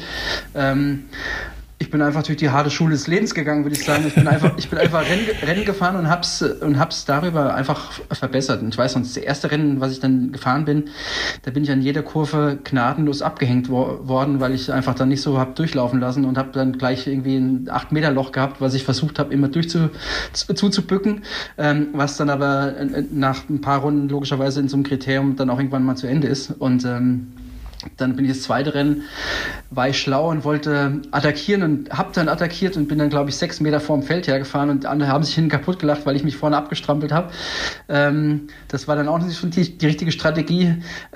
Ich bin einfach durch die harte Schule des Lebens gegangen, würde ich sagen. Ich bin einfach Rennen gefahren und hab's darüber einfach verbessert. Und ich weiß noch, das erste Rennen, was ich dann gefahren bin, da bin ich an jeder Kurve gnadenlos abgehängt worden, weil ich einfach dann nicht so habe durchlaufen lassen und habe dann gleich irgendwie ein 8-Meter-Loch gehabt, was ich versucht habe, immer zuzubücken, was dann aber nach ein paar Runden logischerweise in so einem Kriterium dann auch irgendwann mal zu Ende ist. Und dann bin ich das zweite Rennen, war ich schlau und wollte attackieren und habe dann attackiert und bin dann, glaube ich, 6 Meter vorm Feld hergefahren und andere haben sich hinten kaputt gelacht, weil ich mich vorne abgestrampelt habe. Das war dann auch nicht die richtige Strategie.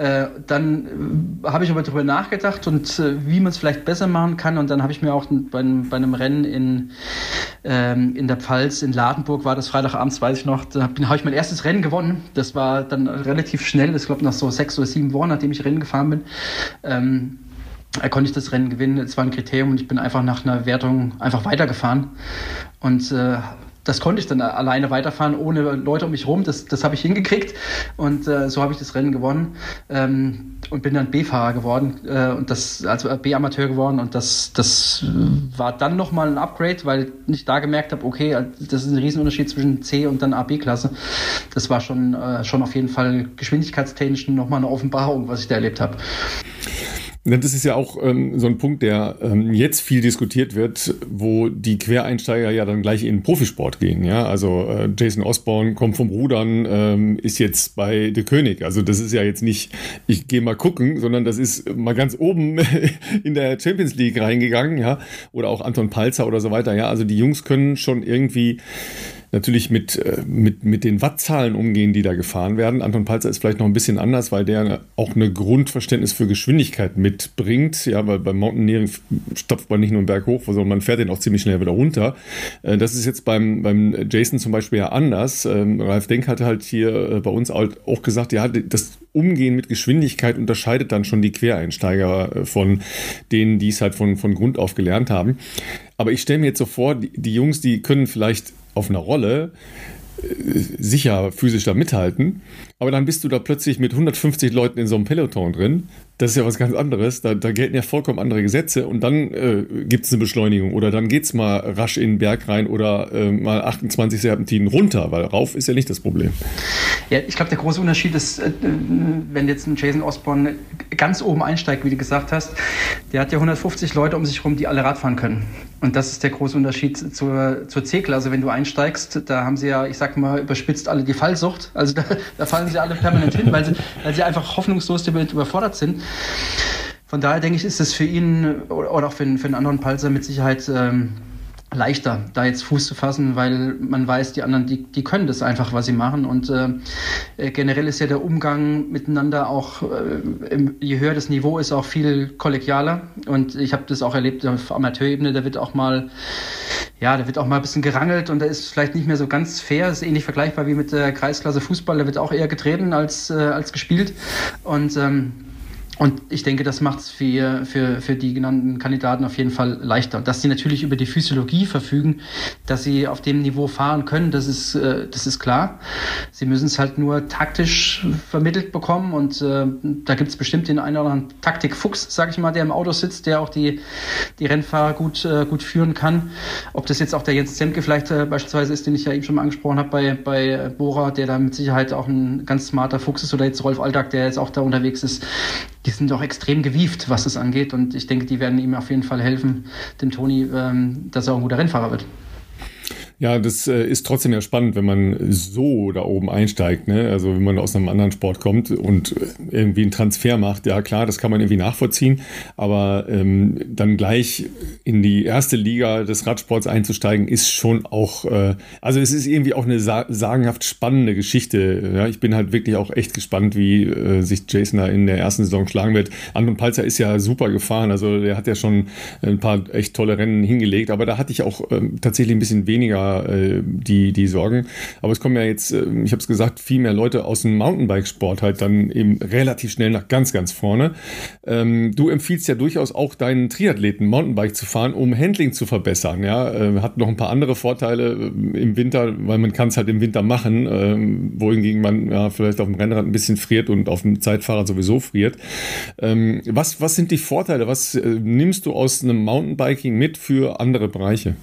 Dann habe ich aber darüber nachgedacht und wie man es vielleicht besser machen kann und dann habe ich mir auch bei einem Rennen in der Pfalz, in Ladenburg war das Freitagabends, weiß ich noch, da habe ich mein erstes Rennen gewonnen. Das war dann relativ schnell, das glaube ich nach so 6 oder 7 Wochen, nachdem ich Rennen gefahren bin. Konnte ich das Rennen gewinnen. Es war ein Kriterium und ich bin einfach nach einer Wertung einfach weitergefahren. Und das konnte ich dann alleine weiterfahren, ohne Leute um mich rum. Das habe ich hingekriegt und so habe ich das Rennen gewonnen und bin dann B-Fahrer geworden also B-Amateur geworden und das war dann nochmal ein Upgrade, weil ich da gemerkt habe, okay, das ist ein Riesenunterschied zwischen C und dann A-B-Klasse. Das war schon auf jeden Fall geschwindigkeitstechnisch nochmal eine Offenbarung, was ich da erlebt habe. Das ist ja auch so ein Punkt, der jetzt viel diskutiert wird, wo die Quereinsteiger ja dann gleich in den Profisport gehen. Ja? Also Jason Osborne kommt vom Rudern, ist jetzt bei De König. Also das ist ja jetzt nicht, ich gehe mal gucken, sondern das ist mal ganz oben in der Champions League reingegangen. Ja? Oder auch Anton Palzer oder so weiter. Ja? Also die Jungs können schon irgendwie natürlich mit den Wattzahlen umgehen, die da gefahren werden. Anton Palzer ist vielleicht noch ein bisschen anders, weil der auch eine Grundverständnis für Geschwindigkeit mitbringt. Ja, weil beim Mountaineering stopft man nicht nur einen Berg hoch, sondern man fährt den auch ziemlich schnell wieder runter. Das ist jetzt beim Jason zum Beispiel ja anders. Ralf Denk hatte halt hier bei uns auch gesagt, ja, das Umgehen mit Geschwindigkeit unterscheidet dann schon die Quereinsteiger von denen, die es halt von Grund auf gelernt haben. Aber ich stelle mir jetzt so vor, die Jungs, die können vielleicht auf einer Rolle sicher physisch da mithalten, aber dann bist du da plötzlich mit 150 Leuten in so einem Peloton drin. Das ist ja was ganz anderes. Da gelten ja vollkommen andere Gesetze und dann gibt es eine Beschleunigung oder dann geht es mal rasch in den Berg rein oder mal 28 Serpentinen runter, weil rauf ist ja nicht das Problem. Ja, ich glaube, der große Unterschied ist, wenn jetzt ein Jason Osborne ganz oben einsteigt, wie du gesagt hast, der hat ja 150 Leute um sich herum, die alle Rad fahren können. Und das ist der große Unterschied zur C-Klasse. Wenn du einsteigst, da haben sie ja, ich sag mal, überspitzt alle die Fallsucht. Also da fallen sie alle permanent hin, weil sie einfach hoffnungslos damit überfordert sind. Von daher denke ich, ist es für ihn oder auch für einen anderen Palzer mit Sicherheit leichter, da jetzt Fuß zu fassen, weil man weiß, die anderen, die können das einfach, was sie machen. Und generell ist ja der Umgang miteinander auch, je höher das Niveau ist, auch viel kollegialer. Und ich habe das auch erlebt auf Amateurebene, da wird auch mal ein bisschen gerangelt und da ist vielleicht nicht mehr so ganz fair. Das ist ähnlich vergleichbar wie mit der Kreisklasse Fußball, da wird auch eher getreten als gespielt. Und ich denke, das macht es für die genannten Kandidaten auf jeden Fall leichter. Dass sie natürlich über die Physiologie verfügen, dass sie auf dem Niveau fahren können, das ist klar. Sie müssen es halt nur taktisch vermittelt bekommen und da gibt es bestimmt den einen oder anderen Taktikfuchs, sag ich mal, der im Auto sitzt, der auch die Rennfahrer gut führen kann. Ob das jetzt auch der Jens Zemke vielleicht beispielsweise ist, den ich ja eben schon mal angesprochen habe bei Bora, der da mit Sicherheit auch ein ganz smarter Fuchs ist, oder jetzt Rolf Aldag, der jetzt auch da unterwegs ist. Die sind doch extrem gewieft, was es angeht. Und ich denke, die werden ihm auf jeden Fall helfen, dem Toni, dass er auch ein guter Rennfahrer wird. Ja, das ist trotzdem ja spannend, wenn man so da oben einsteigt, ne? Also wenn man aus einem anderen Sport kommt und irgendwie einen Transfer macht, ja klar, das kann man irgendwie nachvollziehen, aber dann gleich in die erste Liga des Radsports einzusteigen, ist schon auch, also es ist irgendwie auch eine sagenhaft spannende Geschichte. Ja? Ich bin halt wirklich auch echt gespannt, wie sich Jason da in der ersten Saison schlagen wird. Anton Palzer ist ja super gefahren, also der hat ja schon ein paar echt tolle Rennen hingelegt, aber da hatte ich auch tatsächlich ein bisschen weniger die Sorgen. Aber es kommen ja jetzt, ich habe es gesagt, viel mehr Leute aus dem Mountainbike-Sport halt dann eben relativ schnell nach ganz, ganz vorne. Du empfiehlst ja durchaus auch deinen Triathleten Mountainbike zu fahren, um Handling zu verbessern. Ja? Hat noch ein paar andere Vorteile im Winter, weil man kann es halt im Winter machen, wohingegen man ja vielleicht auf dem Rennrad ein bisschen friert und auf dem Zeitfahrrad sowieso friert. Was sind die Vorteile? Was nimmst du aus einem Mountainbiking mit für andere Bereiche?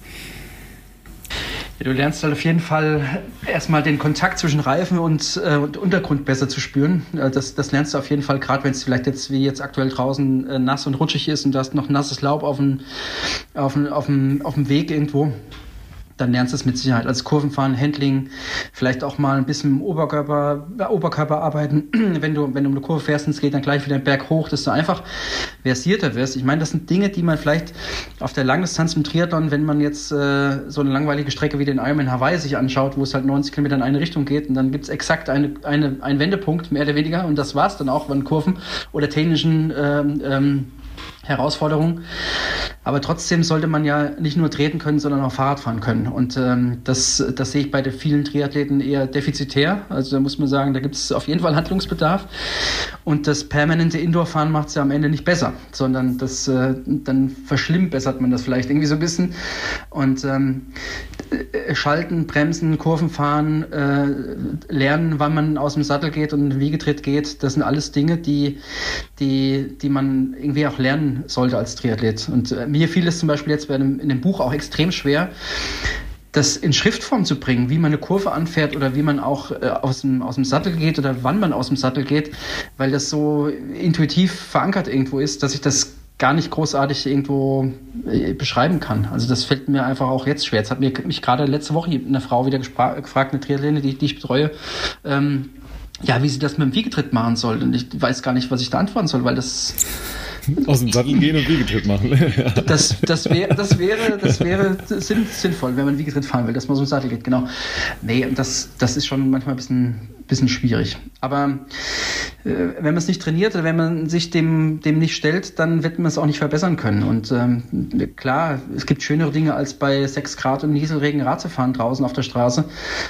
Du lernst halt auf jeden Fall erstmal den Kontakt zwischen Reifen und Untergrund besser zu spüren. Das lernst du auf jeden Fall, gerade wenn es vielleicht jetzt wie jetzt aktuell draußen nass und rutschig ist und du hast noch nasses Laub auf dem Weg irgendwo. Dann lernst du es mit Sicherheit. Also Kurvenfahren, Handling, vielleicht auch mal ein bisschen im Oberkörper arbeiten. Wenn du um eine Kurve fährst und es geht dann gleich wieder den Berg hoch, dass du einfach versierter wirst. Ich meine, das sind Dinge, die man vielleicht auf der Langdistanz im Triathlon, wenn man jetzt so eine langweilige Strecke wie den Ironman Hawaii sich anschaut, wo es halt 90 Kilometer in eine Richtung geht und dann gibt es exakt einen Wendepunkt, mehr oder weniger, und das war es dann auch von Kurven oder technischen Herausforderung. Aber trotzdem sollte man ja nicht nur treten können, sondern auch Fahrrad fahren können. Und das sehe ich bei den vielen Triathleten eher defizitär. Also da muss man sagen, da gibt es auf jeden Fall Handlungsbedarf. Und das permanente Indoor-Fahren macht es ja am Ende nicht besser, sondern dann verschlimmbessert man das vielleicht irgendwie so ein bisschen. Und Schalten, Bremsen, Kurven fahren, lernen, wann man aus dem Sattel geht und in den Wiegetritt geht, das sind alles Dinge, die man irgendwie auch lernen sollte als Triathlet. Und mir fiel es zum Beispiel jetzt in dem Buch auch extrem schwer, das in Schriftform zu bringen, wie man eine Kurve anfährt oder wie man auch aus dem Sattel geht oder wann man aus dem Sattel geht, weil das so intuitiv verankert irgendwo ist, dass ich das gar nicht großartig irgendwo beschreiben kann. Also das fällt mir einfach auch jetzt schwer. Jetzt hat mich gerade letzte Woche eine Frau wieder gefragt, eine Triathletin, die ich betreue, wie sie das mit dem Wiegetritt machen soll. Und ich weiß gar nicht, was ich da antworten soll, weil das... Aus dem Sattel gehen und Wiegetritt machen. Das wäre sinnvoll, wenn man Wiegetritt fahren will, dass man aus dem Sattel geht, genau. Nee, das ist schon manchmal ein bisschen schwierig. Aber wenn man es nicht trainiert oder wenn man sich dem nicht stellt, dann wird man es auch nicht verbessern können. Und klar, es gibt schönere Dinge, als bei 6 Grad und Nieselregen Rad zu fahren draußen auf der Straße.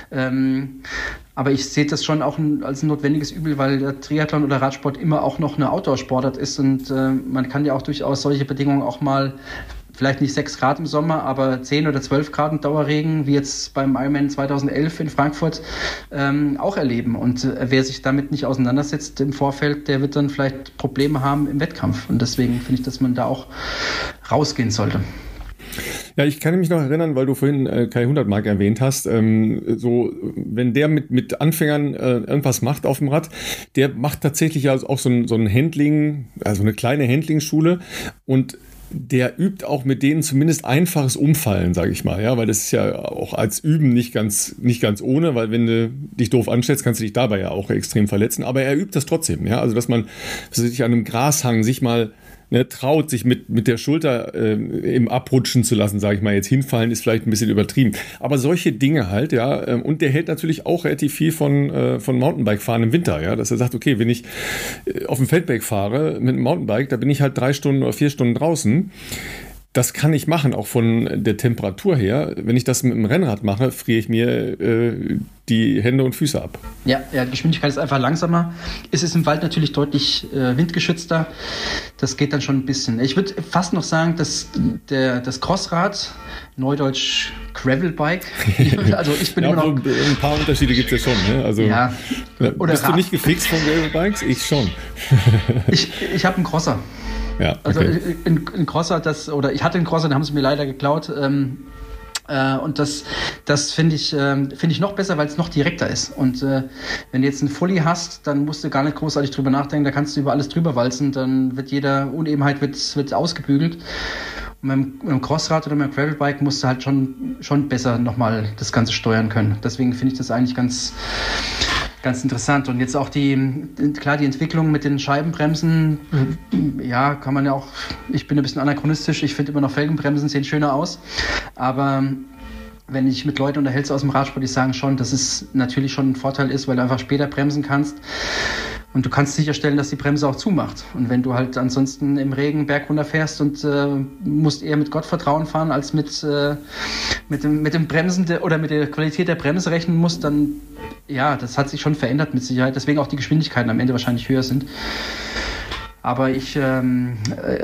Aber ich sehe das schon auch als ein notwendiges Übel, weil der Triathlon oder Radsport immer auch noch eine Outdoor-Sportart ist und man kann ja auch durchaus solche Bedingungen auch mal vielleicht nicht 6 Grad im Sommer, aber 10 oder 12 Grad im Dauerregen, wie jetzt beim Ironman 2011 in Frankfurt, auch erleben. Und wer sich damit nicht auseinandersetzt im Vorfeld, der wird dann vielleicht Probleme haben im Wettkampf. Und deswegen finde ich, dass man da auch rausgehen sollte. Ja, ich kann mich noch erinnern, weil du vorhin Kai Hundertmark erwähnt hast, so, wenn der mit Anfängern irgendwas macht auf dem Rad, der macht tatsächlich also auch so ein Handling, also eine kleine Handlingschule, und der übt auch mit denen zumindest einfaches Umfallen, sage ich mal, ja, weil das ist ja auch als Üben nicht ganz ohne, weil wenn du dich doof anstellst, kannst du dich dabei ja auch extrem verletzen, aber er übt das trotzdem, ja, also dass man sich an einem Grashang sich mal traut, sich mit der Schulter im Abrutschen zu lassen, sage ich mal. Jetzt hinfallen ist vielleicht ein bisschen übertrieben. Aber solche Dinge halt, ja. Und der hält natürlich auch relativ viel von Mountainbike-Fahren im Winter, ja. Dass er sagt, okay, wenn ich auf dem Feldberg fahre mit einem Mountainbike, da bin ich halt 3 Stunden oder 4 Stunden draußen. Das kann ich machen, auch von der Temperatur her. Wenn ich das mit dem Rennrad mache, friere ich mir die Hände und Füße ab. Ja, die Geschwindigkeit ist einfach langsamer. Es ist im Wald natürlich deutlich windgeschützter. Das geht dann schon ein bisschen. Ich würde fast noch sagen, dass das Crossrad, neudeutsch Gravelbike, also ich bin ja, immer noch... Ein paar Unterschiede gibt es ja schon. Ne? Also, ja. Oder bist du nicht gefixt von Gravelbikes? Ich schon. Ich habe einen Crosser. Ja, okay. Also ein Crosser, ich hatte einen Crosser, den haben sie mir leider geklaut. Und das finde ich noch besser, weil es noch direkter ist. Und wenn du jetzt einen Fully hast, dann musst du gar nicht großartig drüber nachdenken, da kannst du über alles drüber walzen, dann wird jede Unebenheit wird ausgebügelt. Und mit dem Crossrad oder mit dem Gravelbike musst du halt schon besser nochmal das Ganze steuern können. Deswegen finde ich das eigentlich ganz interessant. Und jetzt auch die Entwicklung mit den Scheibenbremsen, ja, kann man ja auch, ich bin ein bisschen anachronistisch, ich finde immer noch Felgenbremsen sehen schöner aus, aber wenn ich mit Leuten unterhältst aus dem Radsport, die sagen schon, dass es natürlich schon ein Vorteil ist, weil du einfach später bremsen kannst. Und du kannst sicherstellen, dass die Bremse auch zumacht. Und wenn du halt ansonsten im Regen berg runterfährst und musst eher mit Gottvertrauen fahren, als mit dem Bremsen oder mit der Qualität der Bremse rechnen musst, dann, ja, das hat sich schon verändert mit Sicherheit. Deswegen auch die Geschwindigkeiten am Ende wahrscheinlich höher sind. Aber ich würde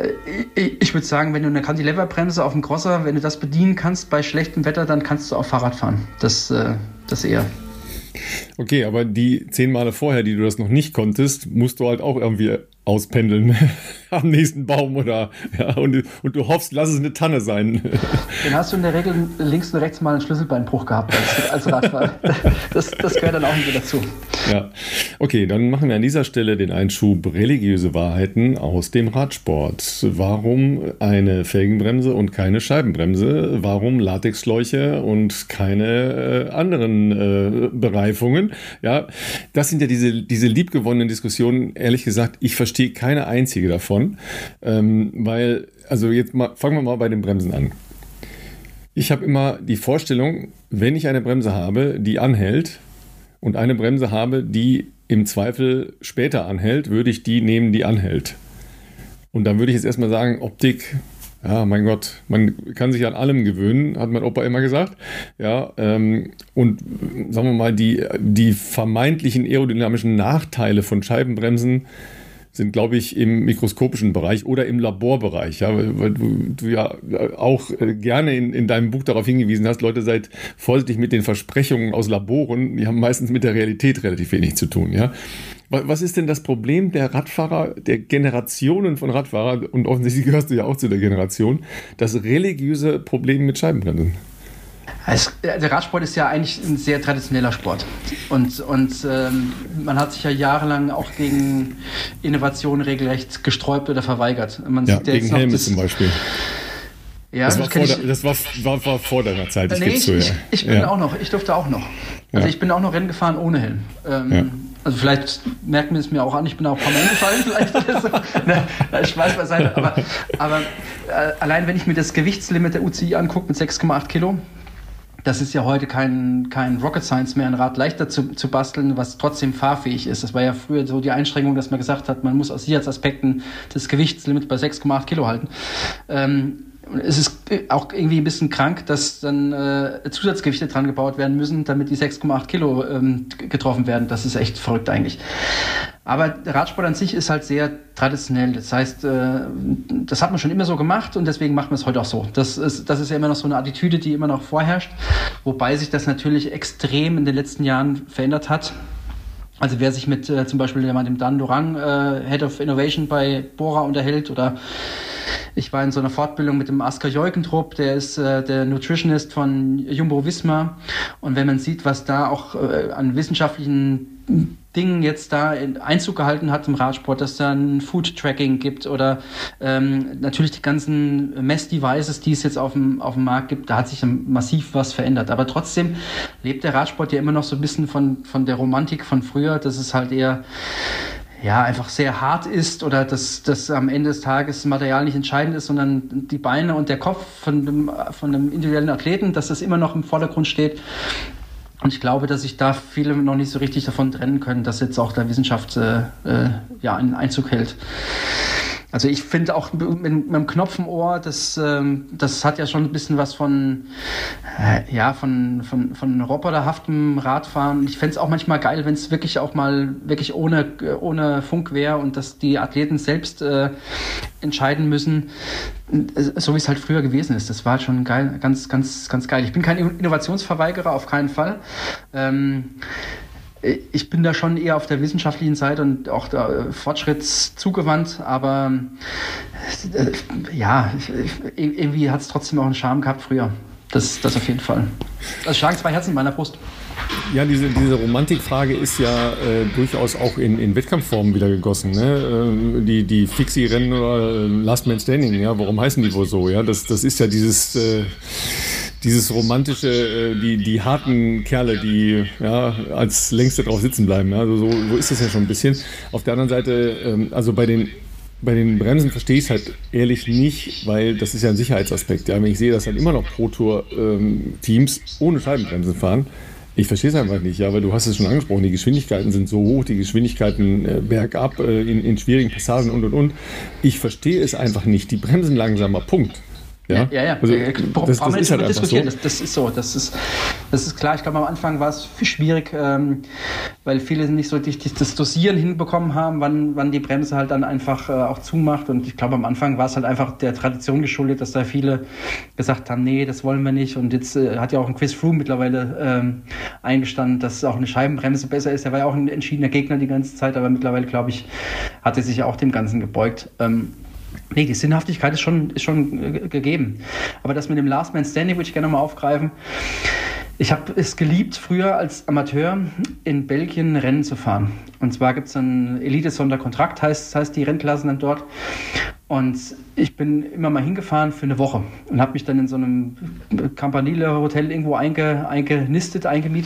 sagen, wenn du eine Cantilever-Bremse auf dem Crosser, wenn du das bedienen kannst bei schlechtem Wetter, dann kannst du auch Fahrrad fahren. Das eher. Okay, aber die 10 Male vorher, die du das noch nicht konntest, musst du halt auch irgendwie auspendeln am nächsten Baum oder ja, und du hoffst, lass es eine Tanne sein. Dann hast du in der Regel links und rechts mal einen Schlüsselbeinbruch gehabt als Radfahrer. Das gehört dann auch nicht dazu. Ja, okay, dann machen wir an dieser Stelle den Einschub religiöse Wahrheiten aus dem Radsport. Warum eine Felgenbremse und keine Scheibenbremse? Warum Latexschläuche und keine anderen Bereifungen? Ja, das sind ja diese liebgewonnenen Diskussionen. Ehrlich gesagt, ich verstehe keine einzige davon, weil, also jetzt fangen wir mal bei den Bremsen an. Ich habe immer die Vorstellung, wenn ich eine Bremse habe, die anhält und eine Bremse habe, die im Zweifel später anhält, würde ich die nehmen, die anhält. Und dann würde ich jetzt erstmal sagen, Optik, ja, mein Gott, man kann sich an allem gewöhnen, hat mein Opa immer gesagt. Ja, und sagen wir mal, die vermeintlichen aerodynamischen Nachteile von Scheibenbremsen sind, glaube ich, im mikroskopischen Bereich oder im Laborbereich, ja, weil du ja auch gerne in deinem Buch darauf hingewiesen hast, Leute, seid vorsichtig mit den Versprechungen aus Laboren, die haben meistens mit der Realität relativ wenig zu tun, ja. Was ist denn das Problem der Radfahrer, der Generationen von Radfahrern, und offensichtlich gehörst du ja auch zu der Generation, das religiöse Problem mit Scheibenbremsen? Der Radsport ist ja eigentlich ein sehr traditioneller Sport und man hat sich ja jahrelang auch gegen Innovationen regelrecht gesträubt oder verweigert. Man sieht ja gegen Helme zum Beispiel. Ja, das war vor deiner Zeit. Ich durfte auch noch. Also ich bin auch noch Rennen gefahren ohne Helm. Also vielleicht merkt man es mir auch an, ich bin auch ein paar Mal hingefallen vielleicht oder so. Spaß beiseite. Aber allein wenn ich mir das Gewichtslimit der UCI angucke mit 6,8 Kilo, das ist ja heute kein Rocket Science mehr, ein Rad leichter zu basteln, was trotzdem fahrfähig ist. Das war ja früher so die Einschränkung, dass man gesagt hat, man muss aus Sicherheitsaspekten das Gewichtslimit bei 6,8 Kilo halten. es ist auch irgendwie ein bisschen krank, dass dann Zusatzgewichte dran gebaut werden müssen, damit die 6,8 Kilo getroffen werden. Das ist echt verrückt eigentlich. Aber der Radsport an sich ist halt sehr traditionell. Das heißt, das hat man schon immer so gemacht und deswegen macht man es heute auch so. Das ist ja immer noch so eine Attitüde, die immer noch vorherrscht, wobei sich das natürlich extrem in den letzten Jahren verändert hat. Also wer sich mit zum Beispiel dem Dan Dorang, Head of Innovation bei Bora unterhält, oder ich war in so einer Fortbildung mit dem Asker Jeukentrup, der ist der Nutritionist von Jumbo-Visma, und wenn man sieht, was da auch an wissenschaftlichen Dingen jetzt da Einzug gehalten hat im Radsport, dass da ein Food-Tracking gibt oder natürlich die ganzen Mess-Devices, die es jetzt auf dem Markt gibt, da hat sich massiv was verändert. Aber trotzdem lebt der Radsport ja immer noch so ein bisschen von der Romantik von früher, dass es halt eher einfach sehr hart ist oder dass am Ende des Tages das Material nicht entscheidend ist, sondern die Beine und der Kopf von dem individuellen Athleten, dass das immer noch im Vordergrund steht. Und ich glaube, dass sich da viele noch nicht so richtig davon trennen können, dass jetzt auch der Wissenschaft einen Einzug hält. Also ich finde auch mit dem Knopf im Ohr, das hat ja schon ein bisschen was von roboterhaftem Radfahren. Ich fände es auch manchmal geil, wenn es wirklich auch mal wirklich ohne Funk wäre und dass die Athleten selbst entscheiden müssen, so wie es halt früher gewesen ist. Das war halt schon geil, ganz, ganz, ganz geil. Ich bin kein Innovationsverweigerer, auf keinen Fall. Ich bin da schon eher auf der wissenschaftlichen Seite und auch fortschrittszugewandt, aber irgendwie hat es trotzdem auch einen Charme gehabt früher. Das auf jeden Fall. Also schlagen zwei Herzen in meiner Brust. Ja, diese Romantikfrage ist ja durchaus auch in Wettkampfformen wieder gegossen. Ne? Die Fixie-Rennen oder Last Man Standing, ja, warum heißen die wohl so? Ja, das ist ja dieses romantische, die harten Kerle, die als Längste drauf sitzen bleiben. Ja? Also so ist das ja schon ein bisschen. Auf der anderen Seite, also bei den Bremsen verstehe ich es halt ehrlich nicht, weil das ist ja ein Sicherheitsaspekt. Ja? Wenn ich sehe, dass dann immer noch Pro-Tour-Teams ohne Scheibenbremsen fahren, ich verstehe es einfach nicht, ja, weil du hast es schon angesprochen, die Geschwindigkeiten sind so hoch, die Geschwindigkeiten bergab in schwierigen Passagen und. Ich verstehe es einfach nicht. Die bremsen langsamer, Punkt. Ja. Also, das ist halt einfach so. Das ist so. Das ist klar. Ich glaube, am Anfang war es schwierig, weil viele nicht so das Dosieren hinbekommen haben, wann die Bremse halt dann einfach auch zumacht. Und ich glaube, am Anfang war es halt einfach der Tradition geschuldet, dass da viele gesagt haben, nee, das wollen wir nicht. Und jetzt hat ja auch ein Chris Froome mittlerweile eingestanden, dass auch eine Scheibenbremse besser ist. Er war ja auch ein entschiedener Gegner die ganze Zeit, aber mittlerweile, glaube ich, hat er sich ja auch dem Ganzen gebeugt. Nee, die Sinnhaftigkeit ist schon gegeben. Aber das mit dem Last Man Standing würde ich gerne mal aufgreifen. Ich habe es geliebt, früher als Amateur in Belgien Rennen zu fahren. Und zwar gibt es einen Elite-Sonderkontrakt, heißt die Rennklassen dann dort. Und ich bin immer mal hingefahren für eine Woche und habe mich dann in so einem Campanile-Hotel irgendwo eingemietet.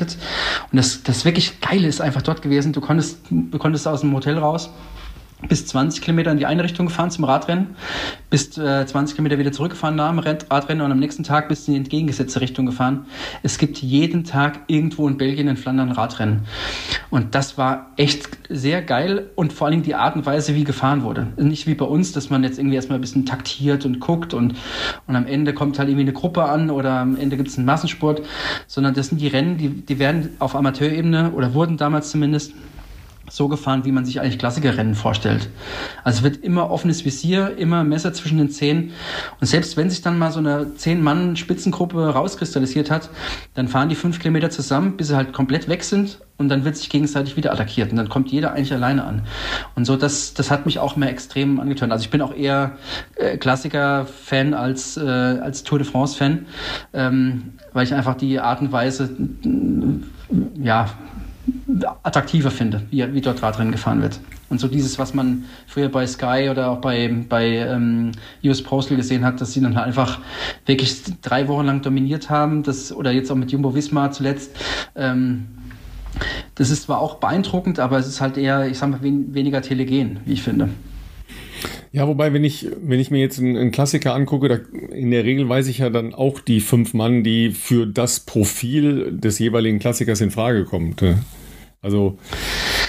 Und das wirklich Geile ist einfach dort gewesen. Du konntest aus dem Hotel raus, bis 20 Kilometer in die eine Richtung gefahren zum Radrennen, bis 20 Kilometer wieder zurückgefahren nach dem Radrennen und am nächsten Tag bist du in die entgegengesetzte Richtung gefahren. Es gibt jeden Tag irgendwo in Belgien, in Flandern ein Radrennen. Und das war echt sehr geil und vor allem die Art und Weise, wie gefahren wurde. Nicht wie bei uns, dass man jetzt irgendwie erstmal ein bisschen taktiert und guckt und am Ende kommt halt irgendwie eine Gruppe an oder am Ende gibt es einen Massensport, sondern das sind die Rennen, die werden auf Amateurebene oder wurden damals zumindest so gefahren, wie man sich eigentlich Klassikerrennen vorstellt. Also es wird immer offenes Visier, immer Messer zwischen den Zähnen. Und selbst wenn sich dann mal so eine 10-Mann-Spitzengruppe rauskristallisiert hat, dann fahren die 5 Kilometer zusammen, bis sie halt komplett weg sind und dann wird sich gegenseitig wieder attackiert und dann kommt jeder eigentlich alleine an. Und so, das hat mich auch mehr extrem angetönt. Also ich bin auch eher Klassiker-Fan als Tour de France-Fan, weil ich einfach die Art und Weise attraktiver finde, wie dort Radrennen gefahren wird. Und so dieses, was man früher bei Sky oder auch bei US Postal gesehen hat, dass sie dann halt einfach wirklich 3 Wochen lang dominiert haben, oder jetzt auch mit Jumbo-Visma zuletzt. Das ist zwar auch beeindruckend, aber es ist halt eher, ich sag mal, weniger telegen, wie ich finde. Ja, wobei, wenn ich mir jetzt einen Klassiker angucke, in der Regel weiß ich ja dann auch die 5 Mann, die für das Profil des jeweiligen Klassikers in Frage kommen. Also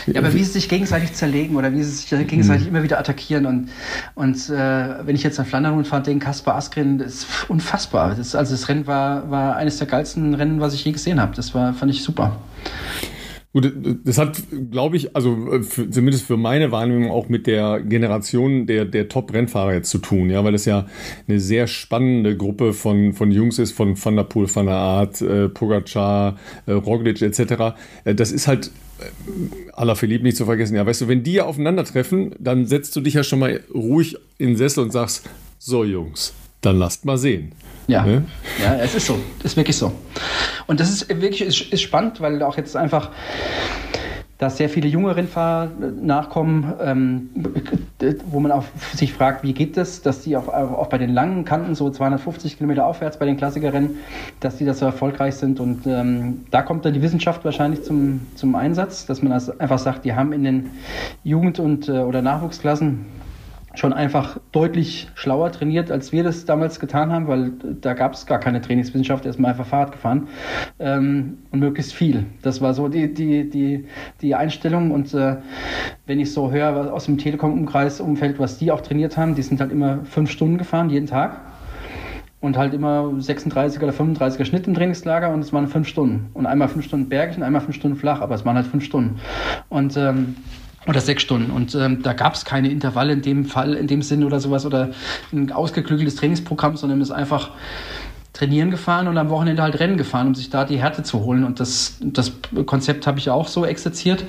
Ja, aber wie sie sich gegenseitig zerlegen oder wie sie sich gegenseitig immer wieder attackieren. Und wenn ich jetzt an Flandern fahre, denke Kaspar Asgreen, das ist unfassbar. Das Rennen war eines der geilsten Rennen, was ich je gesehen habe. Fand ich super. Gut, das hat, glaube ich, also zumindest für meine Wahrnehmung auch mit der Generation der Top-Rennfahrer jetzt zu tun, ja, weil das ja eine sehr spannende Gruppe von Jungs ist, von Van der Poel, Van der Aert, Pogacar, Roglic etc. Das ist halt Alaphilippe nicht zu vergessen. Ja, weißt du, wenn die ja aufeinandertreffen, dann setzt du dich ja schon mal ruhig in den Sessel und sagst, so Jungs, dann lasst mal sehen. Ja, ja, es ist so. Es ist wirklich so. Und das ist wirklich ist spannend, weil auch jetzt einfach, dass sehr viele junge Rennfahrer nachkommen, wo man auch sich fragt, wie geht das, dass die auch bei den langen Kanten, so 250 Kilometer aufwärts bei den Klassikerrennen, dass die da so erfolgreich sind. Und da kommt dann die Wissenschaft wahrscheinlich zum Einsatz, dass man also einfach sagt, die haben in den Jugend- oder Nachwuchsklassen schon einfach deutlich schlauer trainiert, als wir das damals getan haben, weil da gab es gar keine Trainingswissenschaft, erstmal einfach Fahrrad gefahren und möglichst viel. Das war so die Einstellung. Und wenn ich so höre aus dem Telekom-Umfeld, was die auch trainiert haben, die sind halt immer 5 Stunden gefahren, jeden Tag. Und halt immer 36er oder 35er Schnitt im Trainingslager und es waren 5 Stunden. Und einmal 5 Stunden bergig und einmal 5 Stunden flach, aber es waren halt 5 Stunden. Oder 6 Stunden. Und da gab es keine Intervalle in dem Fall, in dem Sinn oder sowas oder ein ausgeklügeltes Trainingsprogramm, sondern es ist einfach trainieren gefahren und am Wochenende halt Rennen gefahren, um sich da die Härte zu holen. Und das Konzept habe ich auch so exerziert.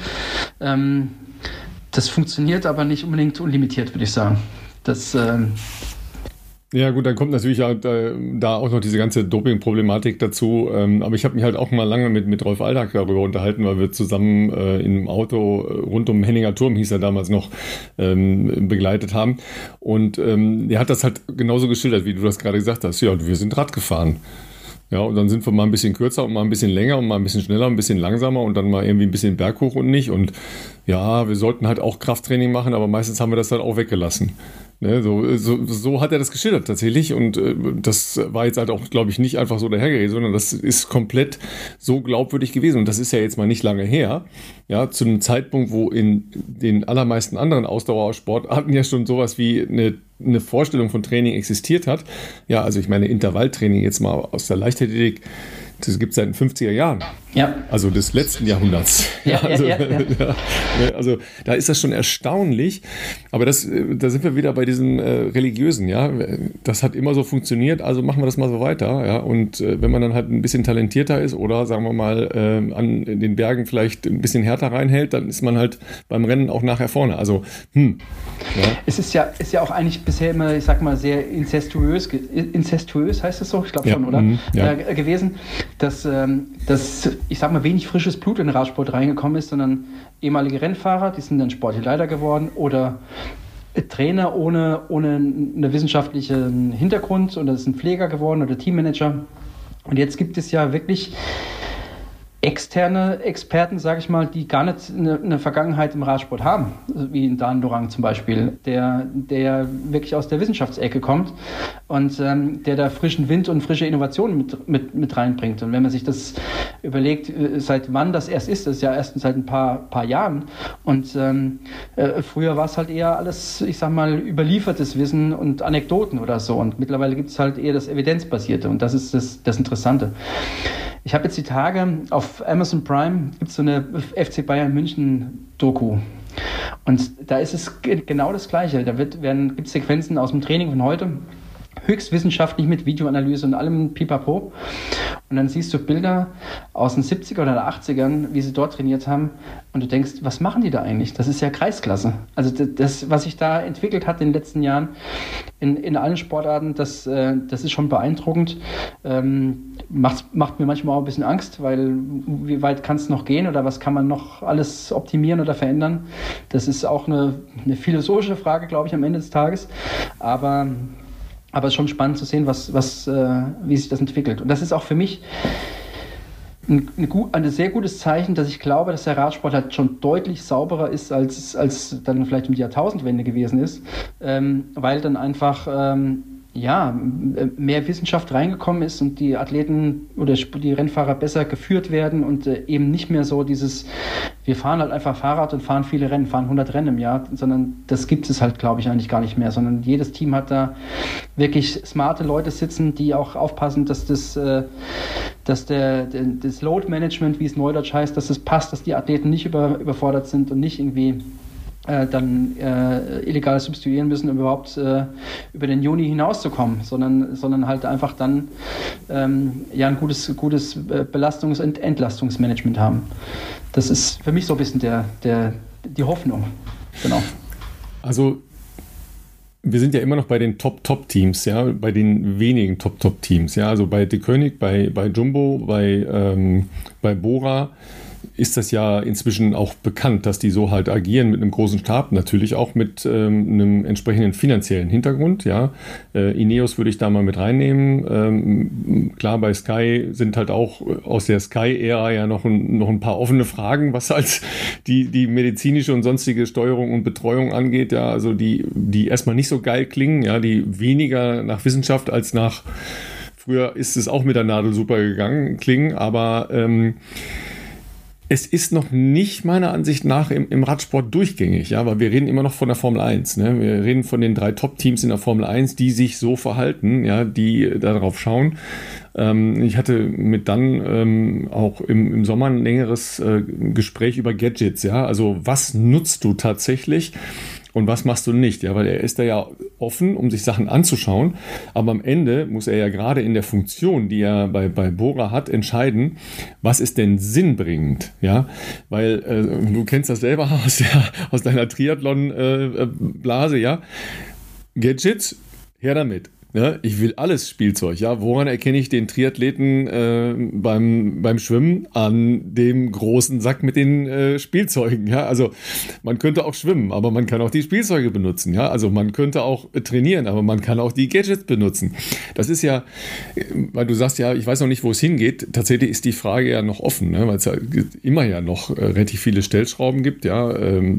Das funktioniert aber nicht unbedingt unlimitiert, würde ich sagen. Ja gut, dann kommt natürlich halt, da auch noch diese ganze Doping-Problematik dazu. Aber ich habe mich halt auch mal lange mit Rolf Aldag darüber unterhalten, weil wir zusammen im Auto rund um Henninger Turm, hieß er damals noch, begleitet haben. Und er hat das halt genauso geschildert, wie du das gerade gesagt hast. Ja, wir sind Rad gefahren. Ja, und dann sind wir mal ein bisschen kürzer und mal ein bisschen länger und mal ein bisschen schneller, ein bisschen langsamer und dann mal irgendwie ein bisschen berghoch und nicht. Und ja, wir sollten halt auch Krafttraining machen, aber meistens haben wir das halt auch weggelassen. Ne, so hat er das geschildert tatsächlich und das war jetzt halt auch, glaube ich, nicht einfach so dahergeredet, sondern das ist komplett so glaubwürdig gewesen und das ist ja jetzt mal nicht lange her, ja, zu einem Zeitpunkt, wo in den allermeisten anderen Ausdauersportarten ja schon sowas wie eine Vorstellung von Training existiert hat. Ja, also ich meine Intervalltraining jetzt mal aus der Leichtathletik, das gibt es seit den 50er Jahren. Ja. Also des letzten Jahrhunderts. Ja. Also da ist das schon erstaunlich. Aber da sind wir wieder bei diesen Religiösen. Ja, das hat immer so funktioniert, also machen wir das mal so weiter. Ja, und wenn man dann halt ein bisschen talentierter ist oder sagen wir mal an den Bergen vielleicht ein bisschen härter reinhält, dann ist man halt beim Rennen auch nachher vorne. Also ja. Es ist ja auch eigentlich bisher immer, ich sag mal, sehr inzestuös heißt es so, ich glaube schon, oder? Ja. Gewesen, dass ich sag mal, wenig frisches Blut in den Radsport reingekommen ist, sondern ehemalige Rennfahrer, die sind dann sportliche Leiter geworden oder Trainer ohne einen wissenschaftlichen Hintergrund oder sind Pfleger geworden oder Teammanager. Und jetzt gibt es ja wirklich externe Experten, sage ich mal, die gar nicht eine Vergangenheit im Radsport haben, wie in Dan Lorang zum Beispiel, der wirklich aus der Wissenschaftsecke kommt und der da frischen Wind und frische Innovationen mit reinbringt. Und wenn man sich das überlegt, seit wann das erst ist, das ist ja erst seit ein paar Jahren. Und früher war es halt eher alles, ich sag mal, überliefertes Wissen und Anekdoten oder so. Und mittlerweile gibt es halt eher das Evidenzbasierte und das ist das Interessante. Ich habe jetzt die Tage auf Amazon Prime, gibt es so eine FC Bayern München Doku. Und da ist es genau das Gleiche. Da gibt es Sequenzen aus dem Training von heute, höchst wissenschaftlich mit Videoanalyse und allem Pipapo. Und dann siehst du Bilder aus den 70er oder 80ern, wie sie dort trainiert haben. Und du denkst, was machen die da eigentlich? Das ist ja Kreisklasse. Also das, was sich da entwickelt hat in den letzten Jahren in allen Sportarten, das ist schon beeindruckend. Macht mir manchmal auch ein bisschen Angst, weil wie weit kann es noch gehen oder was kann man noch alles optimieren oder verändern? Das ist auch eine philosophische Frage, glaube ich, am Ende des Tages. Aber es ist schon spannend zu sehen, wie sich das entwickelt. Und das ist auch für mich ein sehr gutes Zeichen, dass ich glaube, dass der Radsport halt schon deutlich sauberer ist, als dann vielleicht um die Jahrtausendwende gewesen ist, weil dann einfach mehr Wissenschaft reingekommen ist und die Athleten oder die Rennfahrer besser geführt werden und eben nicht mehr so dieses, wir fahren halt einfach Fahrrad und fahren viele Rennen, fahren 100 Rennen im Jahr, sondern das gibt es halt, glaube ich, eigentlich gar nicht mehr, sondern jedes Team hat da wirklich smarte Leute sitzen, die auch aufpassen, dass das Load Management, wie es neudeutsch heißt, dass es passt, dass die Athleten nicht überfordert sind und nicht irgendwie dann illegal substituieren müssen, um überhaupt über den Juni hinauszukommen, sondern halt einfach dann ein gutes Belastungs- und Entlastungsmanagement haben. Das ist für mich so ein bisschen die Hoffnung. Genau. Also wir sind ja immer noch bei den Top-Teams, ja, bei den wenigen Top-Teams, ja, also bei De Koning, bei Jumbo, bei Bora ist das ja inzwischen auch bekannt, dass die so halt agieren mit einem großen Stab, natürlich auch mit einem entsprechenden finanziellen Hintergrund. Ja. Ineos würde ich da mal mit reinnehmen. Klar, bei Sky sind halt auch aus der Sky-Ära ja noch ein paar offene Fragen, was halt die medizinische und sonstige Steuerung und Betreuung angeht. Ja. Also die erstmal nicht so geil klingen, ja, die weniger nach Wissenschaft als nach, früher ist es auch mit der Nadel super gegangen, klingen, aber es ist noch nicht meiner Ansicht nach im Radsport durchgängig, ja, weil wir reden immer noch von der Formel 1. Ne? Wir reden von den 3 Top-Teams in der Formel 1, die sich so verhalten, ja, die darauf schauen. Ich hatte mit dann auch im Sommer ein längeres Gespräch über Gadgets, ja, also was nutzt du tatsächlich und was machst du nicht? Ja, weil er ist da ja offen, um sich Sachen anzuschauen, aber am Ende muss er ja gerade in der Funktion, die er bei Bora hat, entscheiden, was ist denn sinnbringend? Ja, weil du kennst das selber aus deiner Triathlon-Blase, ja. Gadgets, her damit. Ja, ich will alles Spielzeug. Ja, woran erkenne ich den Triathleten beim Schwimmen? An dem großen Sack mit den Spielzeugen. Ja, also man könnte auch schwimmen, aber man kann auch die Spielzeuge benutzen. Ja, also man könnte auch trainieren, aber man kann auch die Gadgets benutzen. Das ist ja, weil du sagst ja, ich weiß noch nicht, wo es hingeht. Tatsächlich ist die Frage ja noch offen, ne? Weil es ja immer ja noch relativ viele Stellschrauben gibt. Ja,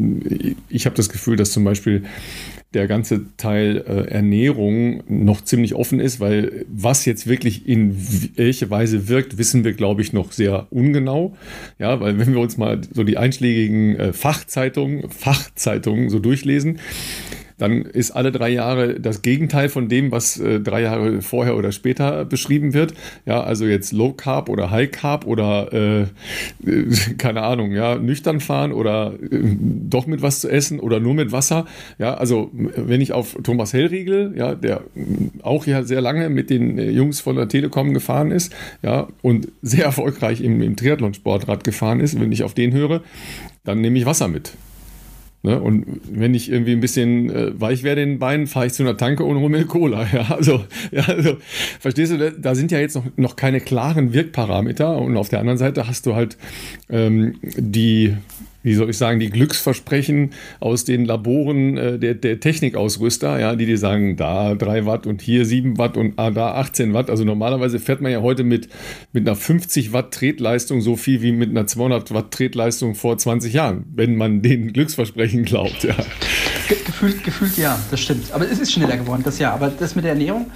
ich habe das Gefühl, dass zum Beispiel der ganze Teil Ernährung noch ziemlich offen ist, weil was jetzt wirklich in welche Weise wirkt, wissen wir, glaube ich, noch sehr ungenau. Ja, weil wenn wir uns mal so die einschlägigen Fachzeitungen so durchlesen, dann ist alle 3 Jahre das Gegenteil von dem, was 3 Jahre vorher oder später beschrieben wird. Ja, also jetzt Low Carb oder High Carb oder keine Ahnung, ja, nüchtern fahren oder doch mit was zu essen oder nur mit Wasser. Ja, also wenn ich auf Thomas Hellriegel, ja, der auch ja sehr lange mit den Jungs von der Telekom gefahren ist, ja, und sehr erfolgreich im Triathlon-Sportrad gefahren ist, wenn ich auf den höre, dann nehme ich Wasser mit. Und wenn ich irgendwie ein bisschen weich werde in den Beinen, fahre ich zu einer Tanke und hole mir Cola. Ja, also, verstehst du, da sind ja jetzt noch keine klaren Wirkparameter. Und auf der anderen Seite hast du halt die Glücksversprechen aus den Laboren der Technikausrüster, ja, die dir sagen, da 3 Watt und hier 7 Watt und da 18 Watt. Also normalerweise fährt man ja heute mit einer 50 Watt Tretleistung so viel wie mit einer 200 Watt Tretleistung vor 20 Jahren, wenn man den Glücksversprechen glaubt, ja. Gefühlt ja, das stimmt. Aber es ist schneller geworden, das ja. Aber das mit der Ernährung,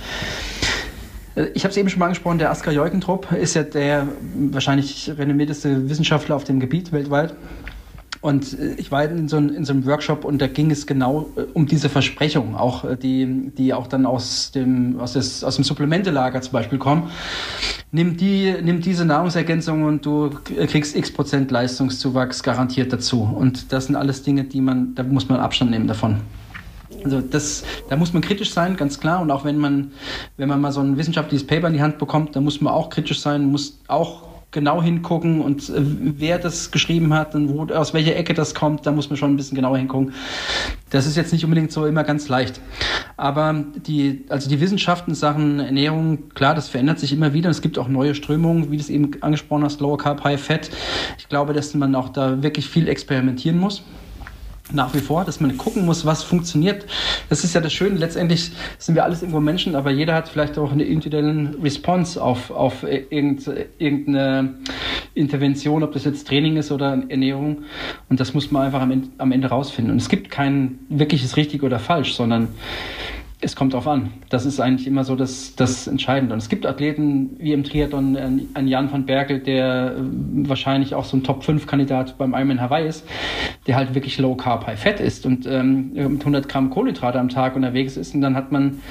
ich habe es eben schon mal angesprochen, der Askar Jeukentrop ist ja der wahrscheinlich renommierteste Wissenschaftler auf dem Gebiet weltweit. Und ich war in so einem Workshop und da ging es genau um diese Versprechungen, auch die auch dann aus dem Supplementelager zum Beispiel kommen. Nimm diese Nahrungsergänzung und du kriegst X% Leistungszuwachs garantiert dazu. Und das sind alles Dinge, da muss man Abstand nehmen davon. Also da muss man kritisch sein, ganz klar. Und auch wenn man mal so ein wissenschaftliches Paper in die Hand bekommt, da muss man auch kritisch sein, muss auch genau hingucken und wer das geschrieben hat und aus welcher Ecke das kommt, da muss man schon ein bisschen genauer hingucken. Das ist jetzt nicht unbedingt so immer ganz leicht. Aber die Wissenschaften in Sachen Ernährung, klar, das verändert sich immer wieder. Es gibt auch neue Strömungen, wie du es eben angesprochen hast, Lower Carb, High Fat. Ich glaube, dass man auch da wirklich viel experimentieren muss. Nach wie vor, dass man gucken muss, was funktioniert. Das ist ja das Schöne. Letztendlich sind wir alles irgendwo Menschen, aber jeder hat vielleicht auch eine individuelle Response auf irgendeine Intervention, ob das jetzt Training ist oder Ernährung. Und das muss man einfach am Ende rausfinden. Und es gibt kein wirkliches richtig oder falsch, sondern Es kommt drauf an. Das ist eigentlich immer so das Entscheidende. Und es gibt Athleten wie im Triathlon, ein Jan van Berkel, der wahrscheinlich auch so ein Top-5-Kandidat beim Ironman Hawaii ist, der halt wirklich Low Carb, High Fat ist und mit 100 Gramm Kohlenhydrate am Tag unterwegs ist. Und dann hat man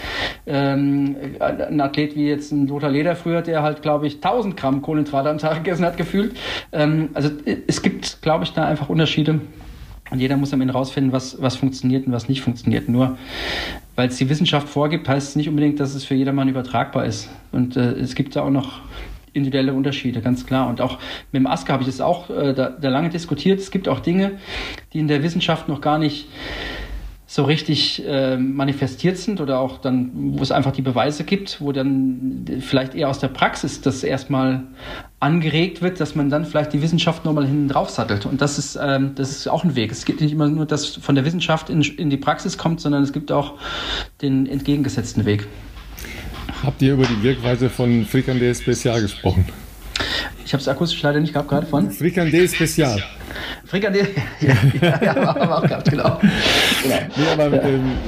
einen Athlet wie jetzt ein Lothar Leder früher, der halt, glaube ich, 1000 Gramm Kohlenhydrate am Tag gegessen hat, gefühlt. Also es gibt, glaube ich, da einfach Unterschiede. Und jeder muss am Ende rausfinden, was funktioniert und was nicht funktioniert. Nur weil es die Wissenschaft vorgibt, heißt es nicht unbedingt, dass es für jedermann übertragbar ist. Und es gibt da auch noch individuelle Unterschiede, ganz klar. Und auch mit dem Asker habe ich das auch da lange diskutiert. Es gibt auch Dinge, die in der Wissenschaft noch gar nicht so richtig manifestiert sind oder auch dann, wo es einfach die Beweise gibt, wo dann vielleicht eher aus der Praxis das erstmal angeregt wird, dass man dann vielleicht die Wissenschaft nochmal hinten drauf sattelt. Und das ist auch ein Weg. Es gibt nicht immer nur, dass von der Wissenschaft in die Praxis kommt, sondern es gibt auch den entgegengesetzten Weg. Habt ihr über die Wirkweise von Frikandel Spezial gesprochen? Ich habe es akustisch leider nicht gehabt, gerade von Frikandel Spezial. Frikandel, ja, haben wir auch gehabt, genau. Nee, aber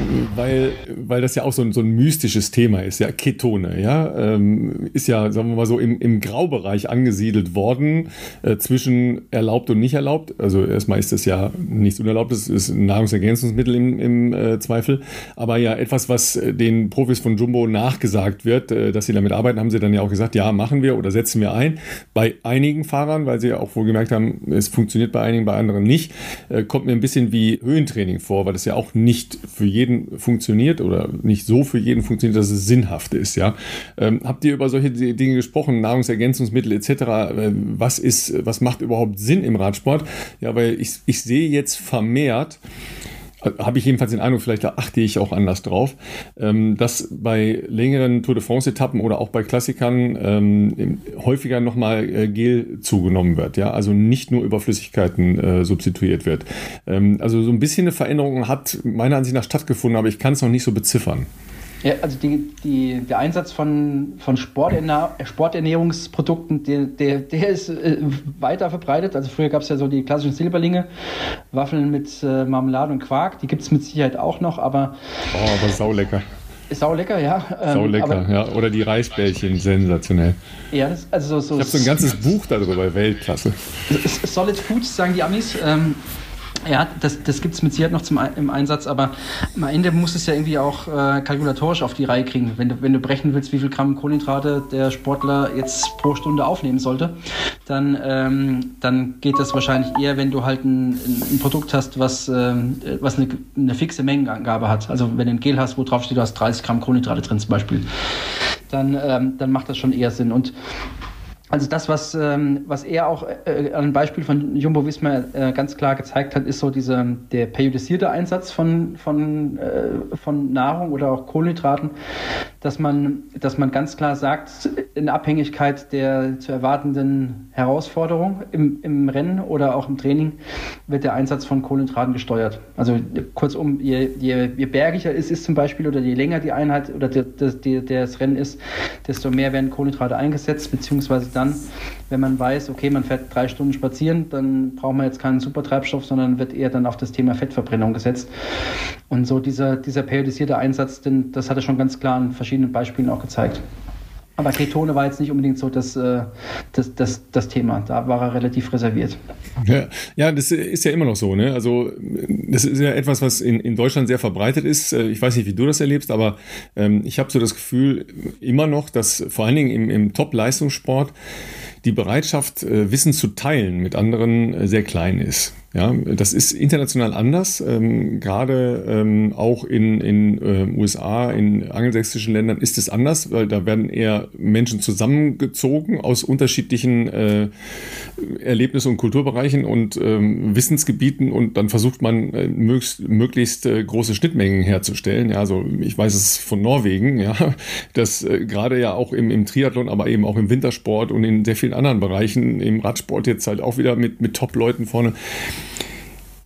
weil das ja auch so ein mystisches Thema ist, ja, Ketone, ja, ist ja, sagen wir mal so, im Graubereich angesiedelt worden, zwischen erlaubt und nicht erlaubt. Also erstmal ist das ja nichts Unerlaubtes, ist ein Nahrungsergänzungsmittel im Zweifel, aber ja etwas, was den Profis von Jumbo nachgesagt wird, dass sie damit arbeiten, haben sie dann ja auch gesagt, ja, machen wir oder setzen wir ein. Bei einigen Fahrern, weil sie ja auch wohl gemerkt haben, es funktioniert bei einigen, bei anderen nicht, kommt mir ein bisschen wie Höhentraining vor, weil das ja auch nicht für jeden funktioniert oder nicht so für jeden funktioniert, dass es sinnhaft ist. Ja? Habt ihr über solche Dinge gesprochen, Nahrungsergänzungsmittel etc.? Was macht überhaupt Sinn im Radsport? Ja, weil ich sehe jetzt vermehrt, habe ich jedenfalls den Eindruck, vielleicht achte ich auch anders drauf, dass bei längeren Tour de France-Etappen oder auch bei Klassikern häufiger nochmal Gel zugenommen wird. Ja? Also nicht nur über Flüssigkeiten substituiert wird. Also so ein bisschen eine Veränderung hat meiner Ansicht nach stattgefunden, aber ich kann es noch nicht so beziffern. Ja, also der Einsatz von Sporternährungsprodukten, der ist weiter verbreitet. Also früher gab es ja so die klassischen Silberlinge, Waffeln mit Marmelade und Quark, die gibt es mit Sicherheit auch noch, aber... Oh, aber saulecker. Saulecker, ja. Saulecker, ja. Oder die Reisbällchen, sensationell. Ja, ich habe so ein ganzes Buch darüber, Weltklasse. Solid Foods, sagen die Amis. Ja, das gibt es mit Sicherheit noch im Einsatz, aber am Ende muss es ja irgendwie auch kalkulatorisch auf die Reihe kriegen. Wenn du berechnen willst, wie viel Gramm Kohlenhydrate der Sportler jetzt pro Stunde aufnehmen sollte, dann geht das wahrscheinlich eher, wenn du halt ein Produkt hast, was eine fixe Mengenangabe hat. Also wenn du ein Gel hast, wo drauf steht, du hast 30 Gramm Kohlenhydrate drin zum Beispiel, dann macht das schon eher Sinn. Und also das, was er auch an einem Beispiel von Jumbo-Visma ganz klar gezeigt hat, ist so der periodisierte Einsatz von Nahrung oder auch Kohlenhydraten, dass man ganz klar sagt, in Abhängigkeit der zu erwartenden Herausforderung im Rennen oder auch im Training wird der Einsatz von Kohlenhydraten gesteuert. Also kurzum, je bergiger es ist zum Beispiel oder je länger die Einheit oder das Rennen ist, desto mehr werden Kohlenhydrate eingesetzt, beziehungsweise dann, wenn man weiß, okay, man fährt 3 Stunden spazieren, dann braucht man jetzt keinen Supertreibstoff, sondern wird eher dann auf das Thema Fettverbrennung gesetzt. Und so dieser periodisierte Einsatz, das hat er schon ganz klar an verschiedenen Beispielen auch gezeigt. Aber Ketone war jetzt nicht unbedingt so das Thema. Da war er relativ reserviert. Ja, das ist ja immer noch so, ne? Also das ist ja etwas, was in Deutschland sehr verbreitet ist. Ich weiß nicht, wie du das erlebst, aber ich habe so das Gefühl immer noch, dass vor allen Dingen im Top-Leistungssport die Bereitschaft, Wissen zu teilen mit anderen sehr klein ist. Ja, das ist international anders, gerade auch in USA, in angelsächsischen Ländern ist es anders, weil da werden eher Menschen zusammengezogen aus unterschiedlichen Erlebnis- und Kulturbereichen und Wissensgebieten und dann versucht man möglichst große Schnittmengen herzustellen. Ja, also ich weiß es von Norwegen, ja, dass gerade ja auch im Triathlon, aber eben auch im Wintersport und in sehr vielen anderen Bereichen, im Radsport jetzt halt auch wieder mit Top-Leuten vorne.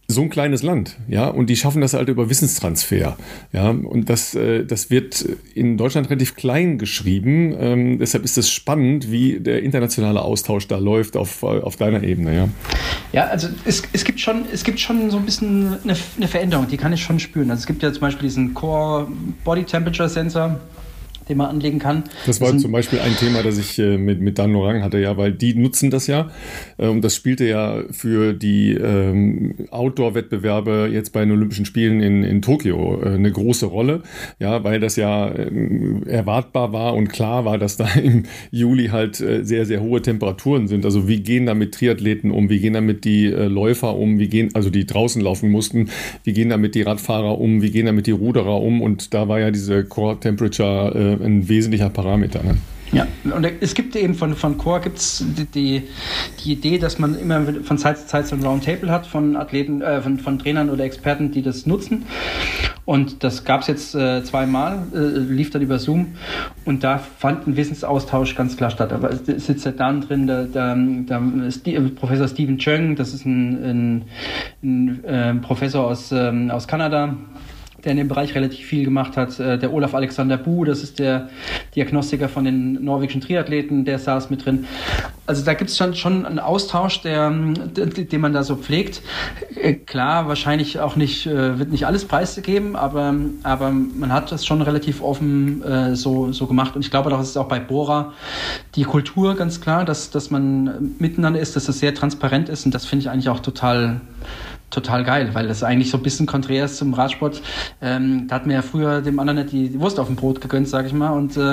so ein kleines Land, ja, und die schaffen das halt über Wissenstransfer, ja, und das wird in Deutschland relativ klein geschrieben, deshalb ist es spannend, wie der internationale Austausch da läuft auf deiner Ebene, ja. Ja, also es gibt schon so ein bisschen eine Veränderung, die kann ich schon spüren. Also es gibt ja zum Beispiel diesen Core Body Temperature Sensor, den man anlegen kann. Das war zum Beispiel ein Thema, das ich mit Dan Lorang hatte, ja, weil die nutzen das ja. Und das spielte ja für die Outdoor-Wettbewerbe jetzt bei den Olympischen Spielen in Tokio eine große Rolle, ja, weil das ja erwartbar war und klar war, dass da im Juli halt sehr, sehr hohe Temperaturen sind. Also wie gehen da mit Triathleten um, wie gehen damit die Läufer um, also die draußen laufen mussten, wie gehen damit die Radfahrer um, wie gehen damit die Ruderer um, und da war ja diese Core Temperature ein wesentlicher Parameter. Ne? Ja, und es gibt eben von Core gibt's die Idee, dass man immer von Zeit zu Zeit so ein Roundtable hat von Athleten, von Trainern oder Experten, die das nutzen. Und das gab es jetzt zweimal, lief dann über Zoom, und da fand ein Wissensaustausch ganz klar statt. Aber es sitzt ja dann drin, da ist Professor Stephen Cheung, das ist ein Professor aus Kanada, der in dem Bereich relativ viel gemacht hat. Der Olaf Alexander Buh, das ist der Diagnostiker von den norwegischen Triathleten, der saß mit drin. Also da gibt es schon einen Austausch, den man da so pflegt. Klar, wahrscheinlich auch nicht, wird nicht alles preisgegeben, aber man hat das schon relativ offen so gemacht. Und ich glaube, das ist auch bei Bora die Kultur ganz klar, dass man miteinander ist, dass das sehr transparent ist, und das finde ich eigentlich auch total geil, weil das eigentlich so ein bisschen konträr ist zum Radsport. Da hat man ja früher dem anderen nicht die Wurst auf dem Brot gegönnt, sage ich mal,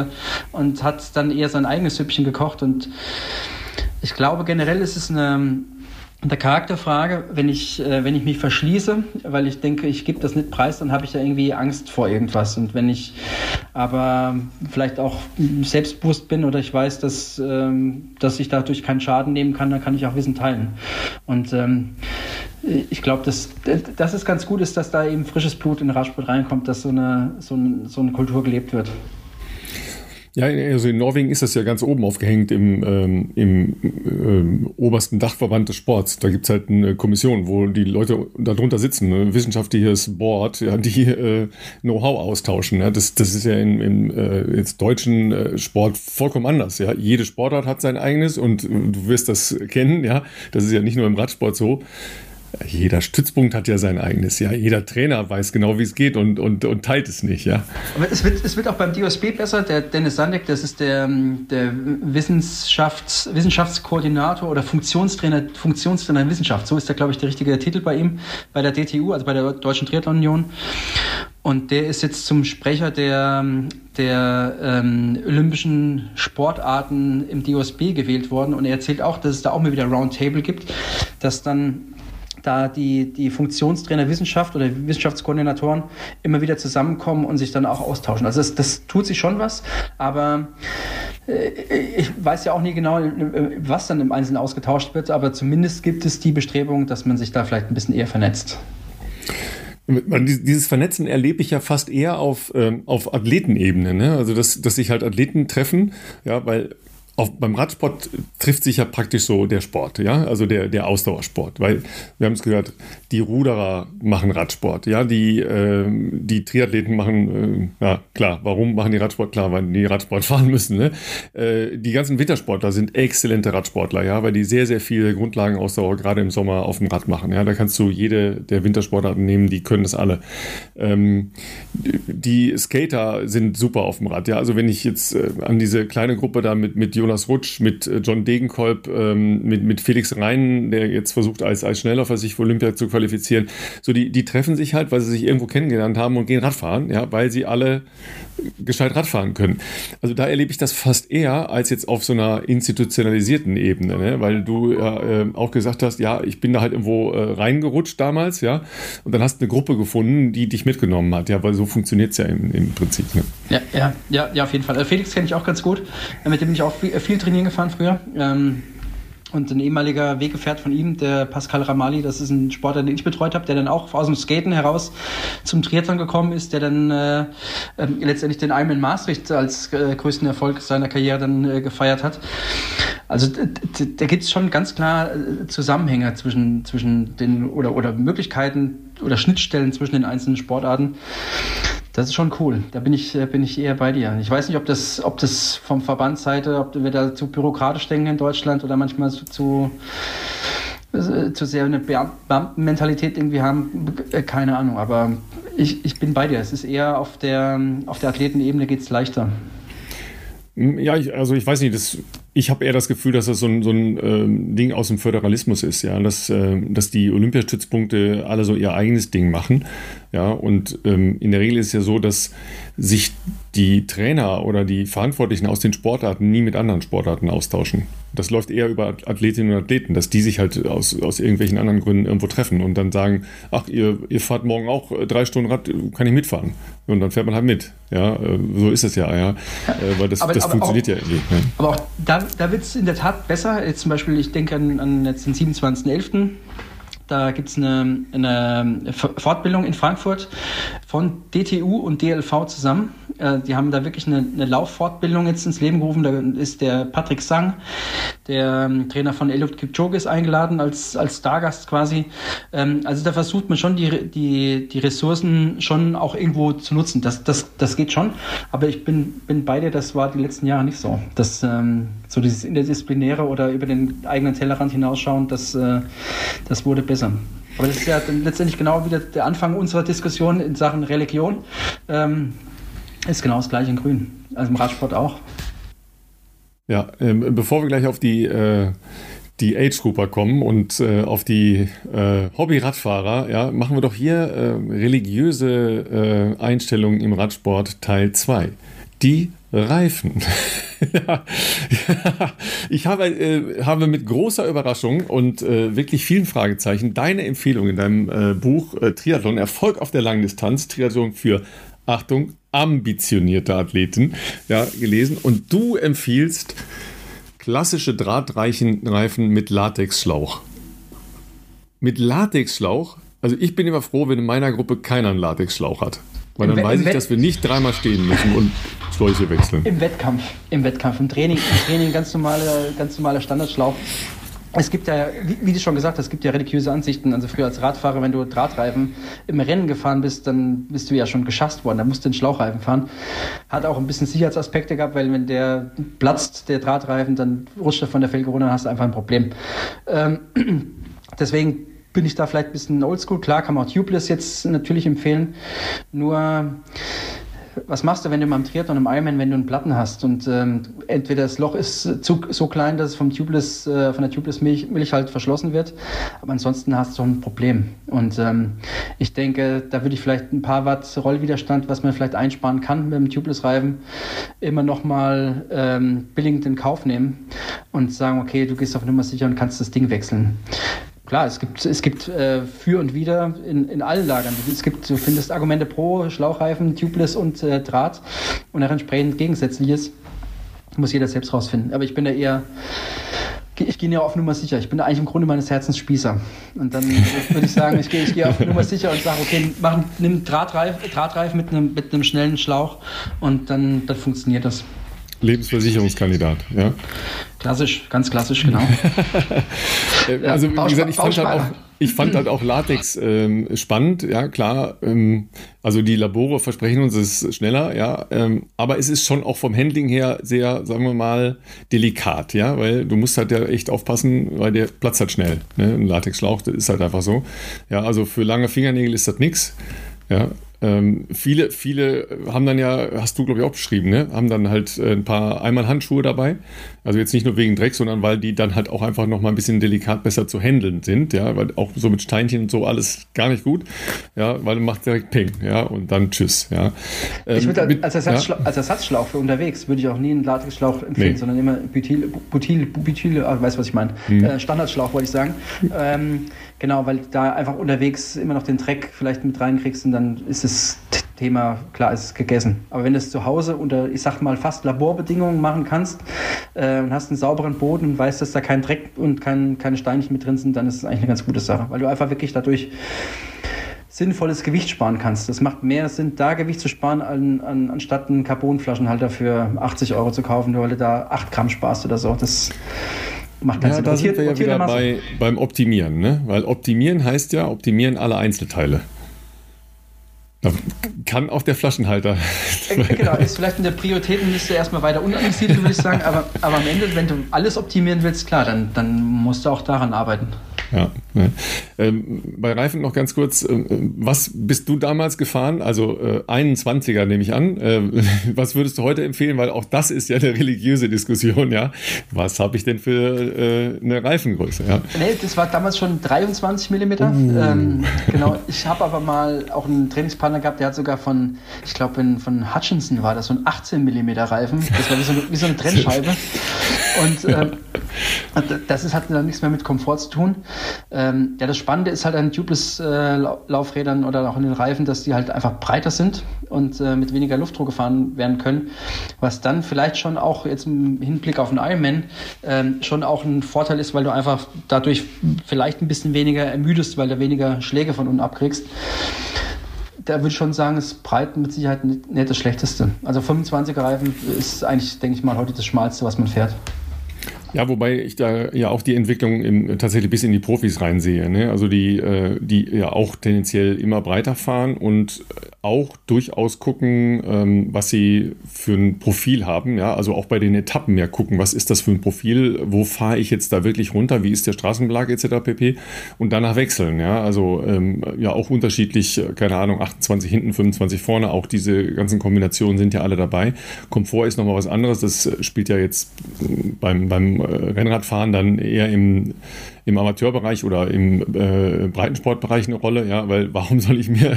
und hat dann eher sein eigenes Süppchen gekocht. Und ich glaube, generell ist es eine Charakterfrage, wenn ich mich verschließe, weil ich denke, ich gebe das nicht preis, dann habe ich ja irgendwie Angst vor irgendwas. Und wenn ich aber vielleicht auch selbstbewusst bin oder ich weiß, dass ich dadurch keinen Schaden nehmen kann, dann kann ich auch Wissen teilen. Und ich glaube, dass es ganz gut ist, dass da eben frisches Blut in den Radsport reinkommt, dass so eine Kultur gelebt wird. Ja, also in Norwegen ist das ja ganz oben aufgehängt im obersten Dachverband des Sports. Da gibt es halt eine Kommission, wo die Leute darunter sitzen, ein wissenschaftliches Board, ja, die Know-how austauschen. Ja. Das ist ja im jetzt deutschen Sport vollkommen anders. Ja. Jede Sportart hat sein eigenes, und du wirst das kennen. Ja. Das ist ja nicht nur im Radsport so. Jeder Stützpunkt hat ja sein eigenes, ja. Jeder Trainer weiß genau, wie es geht und teilt es nicht, ja. Aber es wird auch beim DOSB besser. Der Dennis Sandek, das ist der Wissenschaftskoordinator oder Funktionstrainer in Wissenschaft. So ist der, glaube ich, der richtige Titel bei ihm, bei der DTU, also bei der Deutschen Triathlon Union. Und der ist jetzt zum Sprecher der olympischen Sportarten im DOSB gewählt worden. Und er erzählt auch, dass es da auch mal wieder Roundtable gibt, dass dann da die Funktionstrainer Wissenschaft oder Wissenschaftskoordinatoren immer wieder zusammenkommen und sich dann auch austauschen. Also das tut sich schon was, aber ich weiß ja auch nie genau, was dann im Einzelnen ausgetauscht wird, aber zumindest gibt es die Bestrebung, dass man sich da vielleicht ein bisschen eher vernetzt. Dieses Vernetzen erlebe ich ja fast eher auf Athletenebene, ne? Also dass sich halt Athleten treffen, ja, weil beim Radsport trifft sich ja praktisch so der Sport, ja, also der Ausdauersport, weil wir haben es gehört, die Ruderer machen Radsport, ja, die Triathleten machen, ja klar, warum machen die Radsport? Klar, weil die Radsport fahren müssen, ne? Die ganzen Wintersportler sind exzellente Radsportler, ja, weil die sehr, sehr viel Grundlagenausdauer gerade im Sommer auf dem Rad machen, ja, da kannst du jede der Wintersportarten nehmen, die können das alle. Die Skater sind super auf dem Rad, ja, also wenn ich jetzt an diese kleine Gruppe da mit Jonas Rutsch, mit John Degenkolb, mit Felix Reinen, der jetzt versucht, als Schnellläufer sich für Olympia zu qualifizieren. So, die treffen sich halt, weil sie sich irgendwo kennengelernt haben und gehen Radfahren, ja, weil sie alle gescheit Radfahren können. Also da erlebe ich das fast eher als jetzt auf so einer institutionalisierten Ebene, ne? Weil du ja auch gesagt hast, ja, ich bin da halt irgendwo reingerutscht damals, ja, und dann hast du eine Gruppe gefunden, die dich mitgenommen hat, ja, weil so funktioniert es ja im Prinzip. Ne? Ja, auf jeden Fall. Felix kenne ich auch ganz gut, mit dem bin ich auch viel trainieren gefahren früher. Und ein ehemaliger Weggefährt von ihm, der Pascal Ramali, das ist ein Sportler, den ich betreut habe, der dann auch aus dem Skaten heraus zum Triathlon gekommen ist, der dann letztendlich den Ironman Maastricht als größten Erfolg seiner Karriere dann gefeiert hat. Also da gibt es schon ganz klar Zusammenhänge zwischen den oder Möglichkeiten oder Schnittstellen zwischen den einzelnen Sportarten. Das ist schon cool. Da bin ich eher bei dir. Ich weiß nicht, ob das vom Verbandsseite, ob wir da zu bürokratisch denken in Deutschland oder manchmal zu sehr eine Beamtenmentalität irgendwie haben. Keine Ahnung. Aber ich bin bei dir. Es ist eher auf der Athletenebene geht es leichter. Ja, ich weiß nicht, ich habe eher das Gefühl, dass das so ein Ding aus dem Föderalismus ist, ja, dass die Olympiastützpunkte alle so ihr eigenes Ding machen, ja, und in der Regel ist es ja so, dass sich die Trainer oder die Verantwortlichen aus den Sportarten nie mit anderen Sportarten austauschen. Das läuft eher über Athletinnen und Athleten, dass die sich halt aus irgendwelchen anderen Gründen irgendwo treffen und dann sagen, ach, ihr fahrt morgen auch 3 Stunden Rad, kann ich mitfahren? Und dann fährt man halt mit. Ja, so ist es ja. Weil das funktioniert ja irgendwie. Ja. Aber auch da wird es in der Tat besser. Jetzt zum Beispiel, ich denke an jetzt den 27.11., da gibt es eine Fortbildung in Frankfurt von DTU und DLV zusammen. Die haben da wirklich eine Lauffortbildung jetzt ins Leben gerufen. Da ist der Patrick Sang, der Trainer von Eliud Kipchoge, ist eingeladen als Stargast quasi. Also da versucht man schon die Ressourcen schon auch irgendwo zu nutzen. Das geht schon. Aber ich bin bei dir, das war die letzten Jahre nicht so. So dieses Interdisziplinäre oder über den eigenen Tellerrand hinausschauen, das wurde besser. Aber das ist ja dann letztendlich genau wieder der Anfang unserer Diskussion in Sachen Religion. Ist genau das Gleiche in Grün. Also im Radsport auch. Ja, bevor wir gleich auf die Age-Grouper kommen und auf die Hobby-Radfahrer, ja, machen wir doch hier religiöse Einstellungen im Radsport Teil 2. Die Reifen. Ich habe mit großer Überraschung und wirklich vielen Fragezeichen deine Empfehlung in deinem Buch Triathlon, Erfolg auf der Langdistanz, Triathlon für, Achtung, ambitionierte Athleten, ja, gelesen. Und du empfiehlst klassische Drahtreifen mit Latexschlauch. Mit Latexschlauch? Also ich bin immer froh, wenn in meiner Gruppe keiner einen Latexschlauch hat. Weil dann weiß ich, dass wir nicht 3-mal stehen müssen und Schläuche wechseln. Im Wettkampf, im Training ganz normaler Standardschlauch. Es gibt ja, wie du schon gesagt hast, es gibt ja religiöse Ansichten. Also früher als Radfahrer, wenn du Drahtreifen im Rennen gefahren bist, dann bist du ja schon geschasst worden. Da musst du den Schlauchreifen fahren. Hat auch ein bisschen Sicherheitsaspekte gehabt, weil wenn der platzt, der Drahtreifen, dann rutscht er von der Felge runter, dann hast du einfach ein Problem. Deswegen bin ich da vielleicht ein bisschen oldschool. Klar, kann man auch Tubeless jetzt natürlich empfehlen. Nur, was machst du, wenn du mal im Triathlon, im Ironman, wenn du einen Platten hast und entweder das Loch ist so klein, dass es von der Tubeless-Milch halt verschlossen wird, aber ansonsten hast du ein Problem. Und ich denke, da würde ich vielleicht ein paar Watt Rollwiderstand, was man vielleicht einsparen kann mit dem Tubeless-Reifen, immer noch mal billigend in Kauf nehmen und sagen, okay, du gehst auf Nummer sicher und kannst das Ding wechseln. Klar, es gibt für und wider in allen Lagern. Du findest Argumente pro Schlauchreifen, Tubeless und Draht und auch entsprechend Gegensätzliches. Muss jeder selbst rausfinden. Aber ich bin da eher, ich gehe ja auf Nummer sicher. Ich bin da eigentlich im Grunde meines Herzens Spießer. Und dann würde ich sagen, ich gehe auf Nummer sicher und sage, okay, nimm Drahtreifen mit einem schnellen Schlauch und dann funktioniert das. Lebensversicherungskandidat, ja. Klassisch, ganz klassisch, genau. Also wie gesagt, ich fand halt auch Latex spannend, ja klar. Also die Labore versprechen uns, es ist schneller, ja. Aber es ist schon auch vom Handling her sehr, sagen wir mal, delikat, ja, weil du musst halt ja echt aufpassen, weil der platzt halt schnell. Ne? Ein Latexschlauch, das ist halt einfach so. Ja, also für lange Fingernägel ist das nix. Ja. Viele haben dann ja, hast du glaube ich auch beschrieben, ne? Haben dann halt ein paar Einmal-Handschuhe dabei. Also jetzt nicht nur wegen Dreck, sondern weil die dann halt auch einfach noch mal ein bisschen delikat besser zu handeln sind, ja, weil auch so mit Steinchen und so alles gar nicht gut, ja, weil du machst direkt Ping, ja, und dann Tschüss, ja. Ich würde als Ersatzschlauch für unterwegs würde ich auch nie einen Latexschlauch empfehlen, sondern immer Butyl, weißt du, was ich meine? Standardschlauch wollte ich sagen. Genau, weil da einfach unterwegs immer noch den Dreck vielleicht mit reinkriegst und dann ist das Thema, klar, ist gegessen. Aber wenn du es zu Hause unter, ich sag mal, fast Laborbedingungen machen kannst und hast einen sauberen Boden und weißt, dass da kein Dreck und keine Steinchen mit drin sind, dann ist es eigentlich eine ganz gute Sache, weil du einfach wirklich dadurch sinnvolles Gewicht sparen kannst. Das macht mehr Sinn, da Gewicht zu sparen, anstatt einen Carbonflaschenhalter für 80 € zu kaufen, weil du da 8 Gramm sparst oder so. Das macht keinen Sinn. Da sind wir ja wieder beim Optimieren, ne? Weil Optimieren heißt ja, optimieren alle Einzelteile. Da kann auch der Flaschenhalter. Genau, ist vielleicht in der Prioritätenliste erstmal weiter unten angesiedelt, würde ich sagen, aber am Ende, wenn du alles optimieren willst, klar, dann musst du auch daran arbeiten. Ja. Bei Reifen noch ganz kurz, was bist du damals gefahren? Also 21er nehme ich an. Was würdest du heute empfehlen? Weil auch das ist ja eine religiöse Diskussion, ja. Was habe ich denn für eine Reifengröße? Ja? Nee, das war damals schon 23 mm. Genau, ich habe aber mal auch einen Trainingspartner gehabt, der hat sogar von Hutchinson war das, so ein 18 mm Reifen. Das war wie so eine Trennscheibe. Und das hat dann nichts mehr mit Komfort zu tun. Das Spannende ist halt an Tubeless-Laufrädern oder auch in den Reifen, dass die halt einfach breiter sind und mit weniger Luftdruck gefahren werden können, was dann vielleicht schon auch jetzt im Hinblick auf einen Ironman schon auch ein Vorteil ist, weil du einfach dadurch vielleicht ein bisschen weniger ermüdest, weil du weniger Schläge von unten abkriegst. Da würde ich schon sagen, ist breit mit Sicherheit nicht das Schlechteste. Also 25er Reifen ist eigentlich, denke ich mal, heute das Schmalste, was man fährt. Ja, wobei ich da ja auch die Entwicklung tatsächlich bis in die Profis reinsehe, ne? Also die ja auch tendenziell immer breiter fahren und auch durchaus gucken, was sie für ein Profil haben. Ja? Also auch bei den Etappen ja gucken, was ist das für ein Profil, wo fahre ich jetzt da wirklich runter, wie ist der Straßenbelag etc. pp. Und danach wechseln. Ja? Also ja auch unterschiedlich, keine Ahnung, 28 hinten, 25 vorne, auch diese ganzen Kombinationen sind ja alle dabei. Komfort ist nochmal was anderes, das spielt ja jetzt beim Rennradfahren dann eher im Amateurbereich oder im Breitensportbereich eine Rolle, ja, weil warum soll ich mir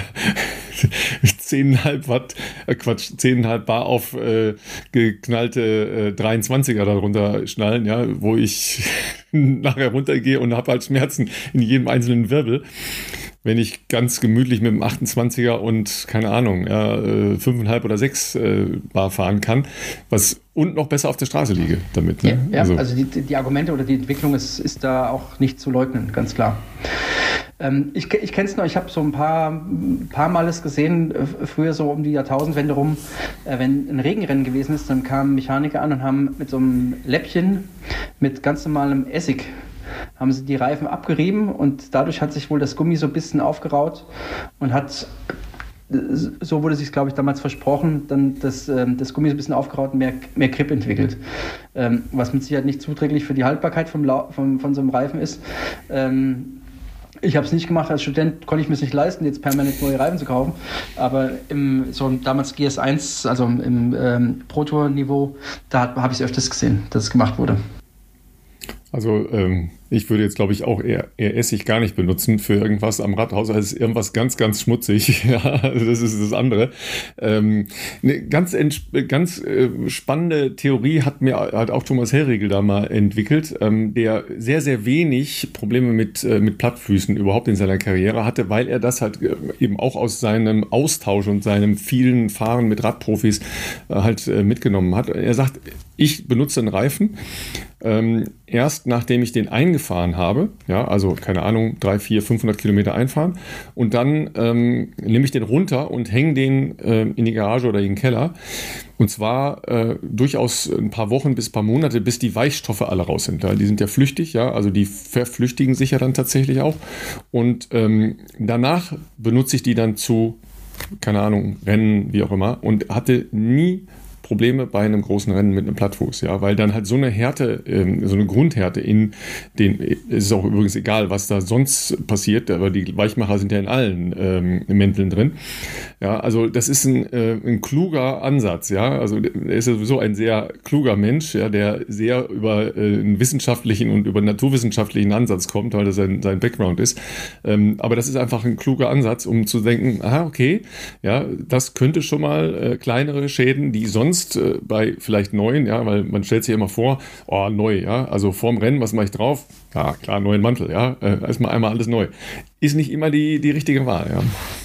10,5 Bar auf geknallte 23er darunter schnallen, ja, wo ich nachher runtergehe und habe halt Schmerzen in jedem einzelnen Wirbel. Wenn ich ganz gemütlich mit dem 28er und, keine Ahnung, ja, 5,5 oder 6 Bar fahren kann, und noch besser auf der Straße liege damit. Ne? Ja, also die Argumente oder die Entwicklung ist da auch nicht zu leugnen, ganz klar. Ich kenne es noch, ich habe so ein paar Mal es gesehen, früher so um die Jahrtausendwende rum, wenn ein Regenrennen gewesen ist, dann kamen Mechaniker an und haben mit so einem Läppchen mit ganz normalem Essig haben sie die Reifen abgerieben und dadurch hat sich wohl das Gummi so ein bisschen aufgeraut und hat, so wurde sich, glaube ich, damals versprochen, dann das Gummi so ein bisschen aufgeraut und mehr Grip entwickelt. Was mit Sicherheit nicht zuträglich für die Haltbarkeit von so einem Reifen ist. Ich habe es nicht gemacht, als Student konnte ich mir es nicht leisten, jetzt permanent neue Reifen zu kaufen, aber damals GS1, also im Pro-Tour-Niveau, da habe ich es öfters gesehen, dass es gemacht wurde. Also ich würde jetzt, glaube ich, auch eher Essig gar nicht benutzen für irgendwas am Radhaus, als irgendwas ganz, ganz schmutzig. Ja, also das ist das andere. Eine ganz spannende Theorie hat auch Thomas Hellriegel da mal entwickelt, der sehr, sehr wenig Probleme mit Plattfüßen überhaupt in seiner Karriere hatte, weil er das halt eben auch aus seinem Austausch und seinem vielen Fahren mit Radprofis halt mitgenommen hat. Er sagt, ich benutze einen Reifen erst nachdem ich den eingefahren habe, ja, also keine Ahnung, 300, 400, 500 Kilometer einfahren und dann nehme ich den runter und hänge den in die Garage oder in den Keller und zwar durchaus ein paar Wochen bis ein paar Monate, bis die Weichstoffe alle raus sind. Die sind ja flüchtig, ja, also die verflüchtigen sich ja dann tatsächlich auch und danach benutze ich die dann zu, keine Ahnung, Rennen, wie auch immer und hatte nie Probleme bei einem großen Rennen mit einem Plattfuß, ja, weil dann halt so eine Härte, so eine Grundhärte in den, es ist auch übrigens egal, was da sonst passiert, aber die Weichmacher sind ja in allen Mänteln drin, ja, also das ist ein kluger Ansatz, ja, also er ist ja sowieso ein sehr kluger Mensch, ja, der sehr über einen wissenschaftlichen und über einen naturwissenschaftlichen Ansatz kommt, weil das sein Background ist, aber das ist einfach ein kluger Ansatz, um zu denken, aha, okay, ja, das könnte schon mal kleinere Schäden, die sonst bei vielleicht neuen, ja, weil man stellt sich immer vor, oh, neu, ja, also vorm Rennen, was mache ich drauf? Ja, klar, neuen Mantel, ja, erstmal einmal alles neu. Ist nicht immer die richtige Wahl, ja.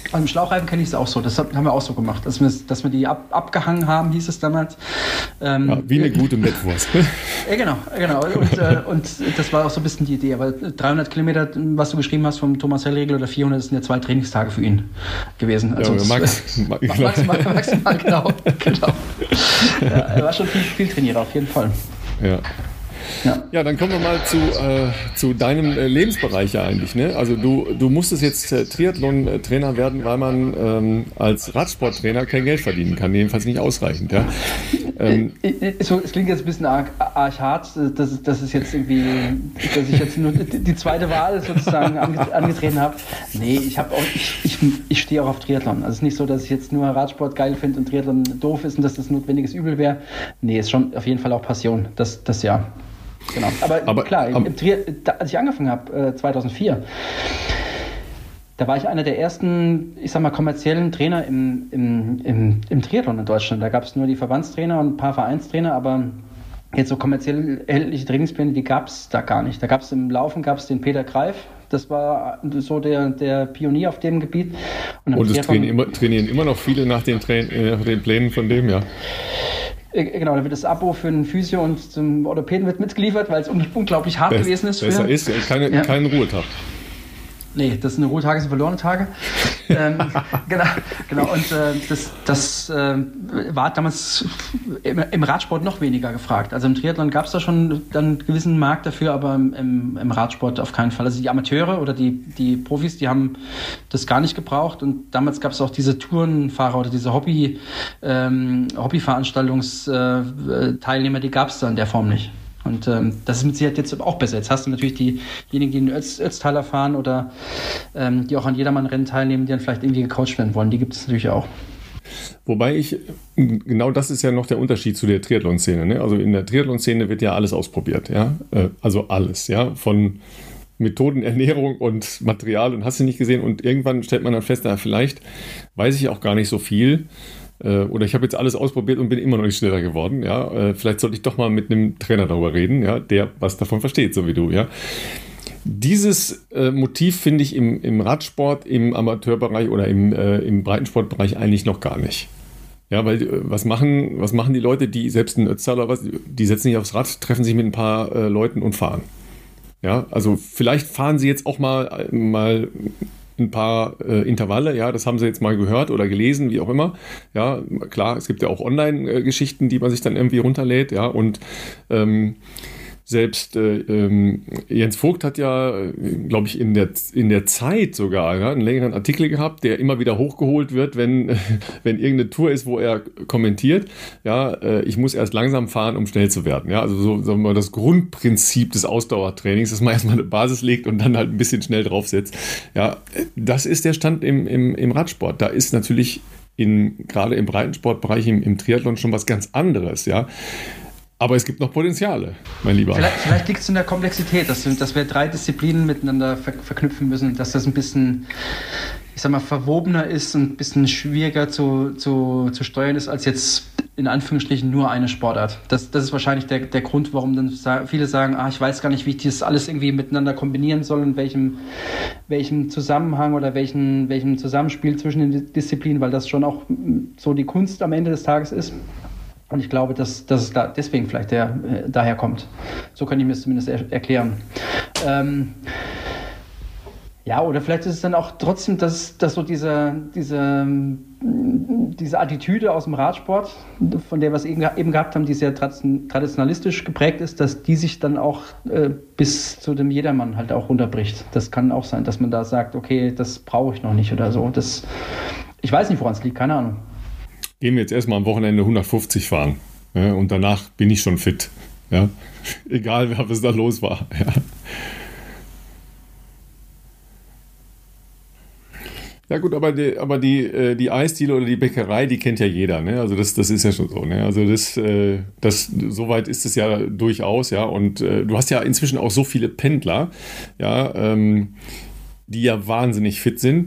Beim Schlauchreifen kenne ich es auch so. Das haben wir auch so gemacht, dass wir die abgehangen haben, hieß es damals. Wie eine gute Mettwurst. Genau. Und das war auch so ein bisschen die Idee. Aber 300 Kilometer, was du geschrieben hast vom Thomas Hellriegel, oder 400, das sind ja 2 Trainingstage für ihn gewesen. Also maximal, genau. Ja, er war schon viel Trainierer, auf jeden Fall. Ja, dann kommen wir mal zu deinem Lebensbereich eigentlich. Ne? Also du musstest jetzt Triathlon-Trainer werden, weil man als Radsporttrainer kein Geld verdienen kann, jedenfalls nicht ausreichend. Ja? Es klingt jetzt ein bisschen arg hart, dass es jetzt irgendwie, dass ich jetzt nur die zweite Wahl sozusagen angetreten habe. Nee, ich stehe auch auf Triathlon. Also es ist nicht so, dass ich jetzt nur Radsport geil finde und Triathlon doof ist und dass das notwendiges Übel wäre. Nee, ist schon auf jeden Fall auch Passion, das ja. Genau. Aber klar, als ich angefangen habe, 2004, da war ich einer der ersten, ich sag mal, kommerziellen Trainer im Triathlon in Deutschland. Da gab es nur die Verbandstrainer und ein paar Vereinstrainer, aber jetzt so kommerziell erhältliche Trainingspläne, die gab es da gar nicht. Da gab es im Laufen den Peter Greif, das war so der Pionier auf dem Gebiet. Und es trainieren immer noch viele nach den Plänen von dem, ja. Genau, da wird das Abo für einen Physio und zum Orthopäden wird mitgeliefert, weil es unglaublich hart gewesen ist. Besser ist, kein Ruhetag. Nee, das sind Ruhetage, sind verlorene Tage. Genau. Und das war damals im Radsport noch weniger gefragt. Also im Triathlon gab es da schon dann einen gewissen Markt dafür, aber im Radsport auf keinen Fall. Also die Amateure oder die Profis, die haben das gar nicht gebraucht. Und damals gab es auch diese Tourenfahrer oder diese Hobbyveranstaltungsteilnehmer, die gab es da in der Form nicht. Und das ist mit Sicherheit jetzt auch besser. Jetzt hast du natürlich diejenigen, die in den Ötztaler fahren oder die auch an Jedermann-Rennen teilnehmen, die dann vielleicht irgendwie gecoacht werden wollen. Die gibt es natürlich auch. Wobei genau das ist ja noch der Unterschied zu der Triathlon-Szene. Ne? Also in der Triathlon-Szene wird ja alles ausprobiert. Ja? Also alles. Ja? Von Methoden, Ernährung und Material und hast du nicht gesehen. Und irgendwann stellt man dann fest, vielleicht weiß ich auch gar nicht so viel. Oder ich habe jetzt alles ausprobiert und bin immer noch nicht schneller geworden. Ja? Vielleicht sollte ich doch mal mit einem Trainer darüber reden, ja? Der was davon versteht, so wie du. Ja? Dieses Motiv finde ich im Radsport, im Amateurbereich oder im Breitensportbereich eigentlich noch gar nicht. Ja, weil was machen die Leute, die selbst ein Ötztaler oder was, die setzen sich aufs Rad, treffen sich mit ein paar Leuten und fahren. Ja, also vielleicht fahren sie jetzt auch mal ein paar Intervalle, ja, das haben sie jetzt mal gehört oder gelesen, wie auch immer. Ja, klar, es gibt ja auch Online-Geschichten, die man sich dann irgendwie runterlädt, ja, und selbst Jens Vogt hat ja, glaube ich, in der Zeit sogar einen längeren Artikel gehabt, der immer wieder hochgeholt wird, wenn irgendeine Tour ist, wo er kommentiert, ja, ich muss erst langsam fahren, um schnell zu werden. Ja, also so sagen wir, das Grundprinzip des Ausdauertrainings, dass man erstmal eine Basis legt und dann halt ein bisschen schnell draufsetzt. Ja, das ist der Stand im Radsport. Da ist natürlich gerade im Breitensportbereich, im Triathlon schon was ganz anderes, ja. Aber es gibt noch Potenziale, mein Lieber. Vielleicht liegt es in der Komplexität, dass wir 3 Disziplinen miteinander verknüpfen müssen, dass das ein bisschen, ich sag mal, verwobener ist und ein bisschen schwieriger zu steuern ist, als jetzt in Anführungsstrichen nur eine Sportart. Das ist wahrscheinlich der Grund, warum dann viele sagen, ich weiß gar nicht, wie ich das alles irgendwie miteinander kombinieren soll und welchem Zusammenhang oder welchem Zusammenspiel zwischen den Disziplinen, weil das schon auch so die Kunst am Ende des Tages ist. Und ich glaube, dass es da deswegen vielleicht daher kommt. So kann ich mir es zumindest erklären. Ja, oder vielleicht ist es dann auch trotzdem, dass so diese Attitüde aus dem Radsport, von der wir es eben gehabt haben, die sehr traditionalistisch geprägt ist, dass die sich dann auch bis zu dem Jedermann halt auch runterbricht. Das kann auch sein, dass man da sagt, okay, das brauche ich noch nicht oder so. Ich weiß nicht, woran es liegt, keine Ahnung. Gehen wir jetzt erstmal am Wochenende 150 fahren. Ja, und danach bin ich schon fit. Ja? Egal, was da los war. Ja. Ja gut, aber die Eisdiele oder die Bäckerei, die kennt ja jeder. Ne? Also das ist ja schon so. Ne? Also soweit ist es ja durchaus. Ja. Und du hast ja inzwischen auch so viele Pendler, ja, die ja wahnsinnig fit sind.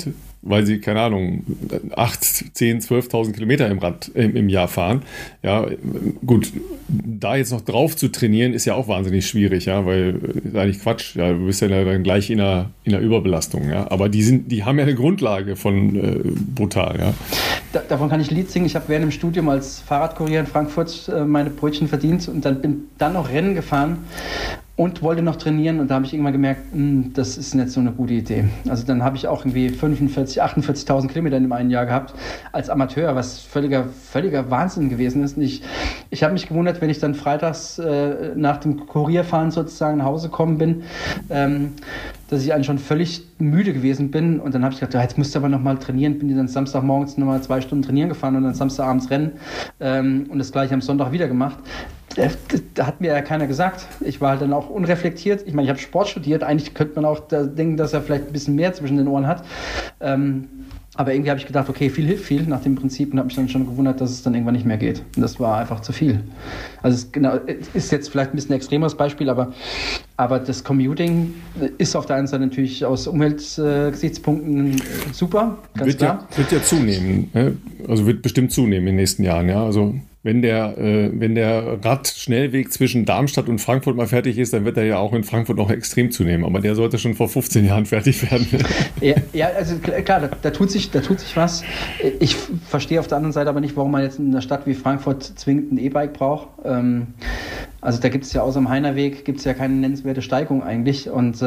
weil sie, keine Ahnung, 8, 10, 12.000 Kilometer im Jahr fahren. Ja, gut, da jetzt noch drauf zu trainieren, ist ja auch wahnsinnig schwierig, ja, weil ist eigentlich Quatsch. Ja, du bist ja dann gleich in einer Überbelastung, ja. Aber die haben ja eine Grundlage von brutal, ja. Davon kann ich ein Lied singen. Ich habe während dem Studium als Fahrradkurier in Frankfurt meine Brötchen verdient und bin dann noch Rennen gefahren und wollte noch trainieren, und da habe ich irgendwann gemerkt, das ist nicht so eine gute Idee. Also dann habe ich auch irgendwie 48.000 Kilometer in dem einen Jahr gehabt als Amateur, was völliger Wahnsinn gewesen ist. Und ich habe mich gewundert, wenn ich dann freitags nach dem Kurierfahren sozusagen nach Hause gekommen bin, dass ich eigentlich schon völlig müde gewesen bin, und dann habe ich gedacht, jetzt müsst ihr aber nochmal trainieren. Bin dann Samstagmorgens nochmal 2 Stunden trainieren gefahren und dann Samstagabends rennen und das gleiche am Sonntag wieder gemacht. Da hat mir ja keiner gesagt. Ich war halt dann auch unreflektiert. Ich meine, ich habe Sport studiert. Eigentlich könnte man auch denken, dass er vielleicht ein bisschen mehr zwischen den Ohren hat. Aber irgendwie habe ich gedacht, okay, viel hilft viel nach dem Prinzip, und habe mich dann schon gewundert, dass es dann irgendwann nicht mehr geht. Und das war einfach zu viel. Also es ist jetzt vielleicht ein bisschen ein extremes Beispiel, aber das Commuting ist auf der einen Seite natürlich aus Umweltgesichtspunkten super, ganz klar. Wird ja zunehmen, ne? Also wird bestimmt zunehmen in den nächsten Jahren, ja. Also wenn der Radschnellweg zwischen Darmstadt und Frankfurt mal fertig ist, dann wird er ja auch in Frankfurt noch extrem zunehmen. Aber der sollte schon vor 15 Jahren fertig werden. Ja, also klar, da tut sich was. Ich verstehe auf der anderen Seite aber nicht, warum man jetzt in einer Stadt wie Frankfurt zwingend ein E-Bike braucht. Also da gibt es ja außer dem Heinerweg gibt's ja keine nennenswerte Steigung eigentlich. Und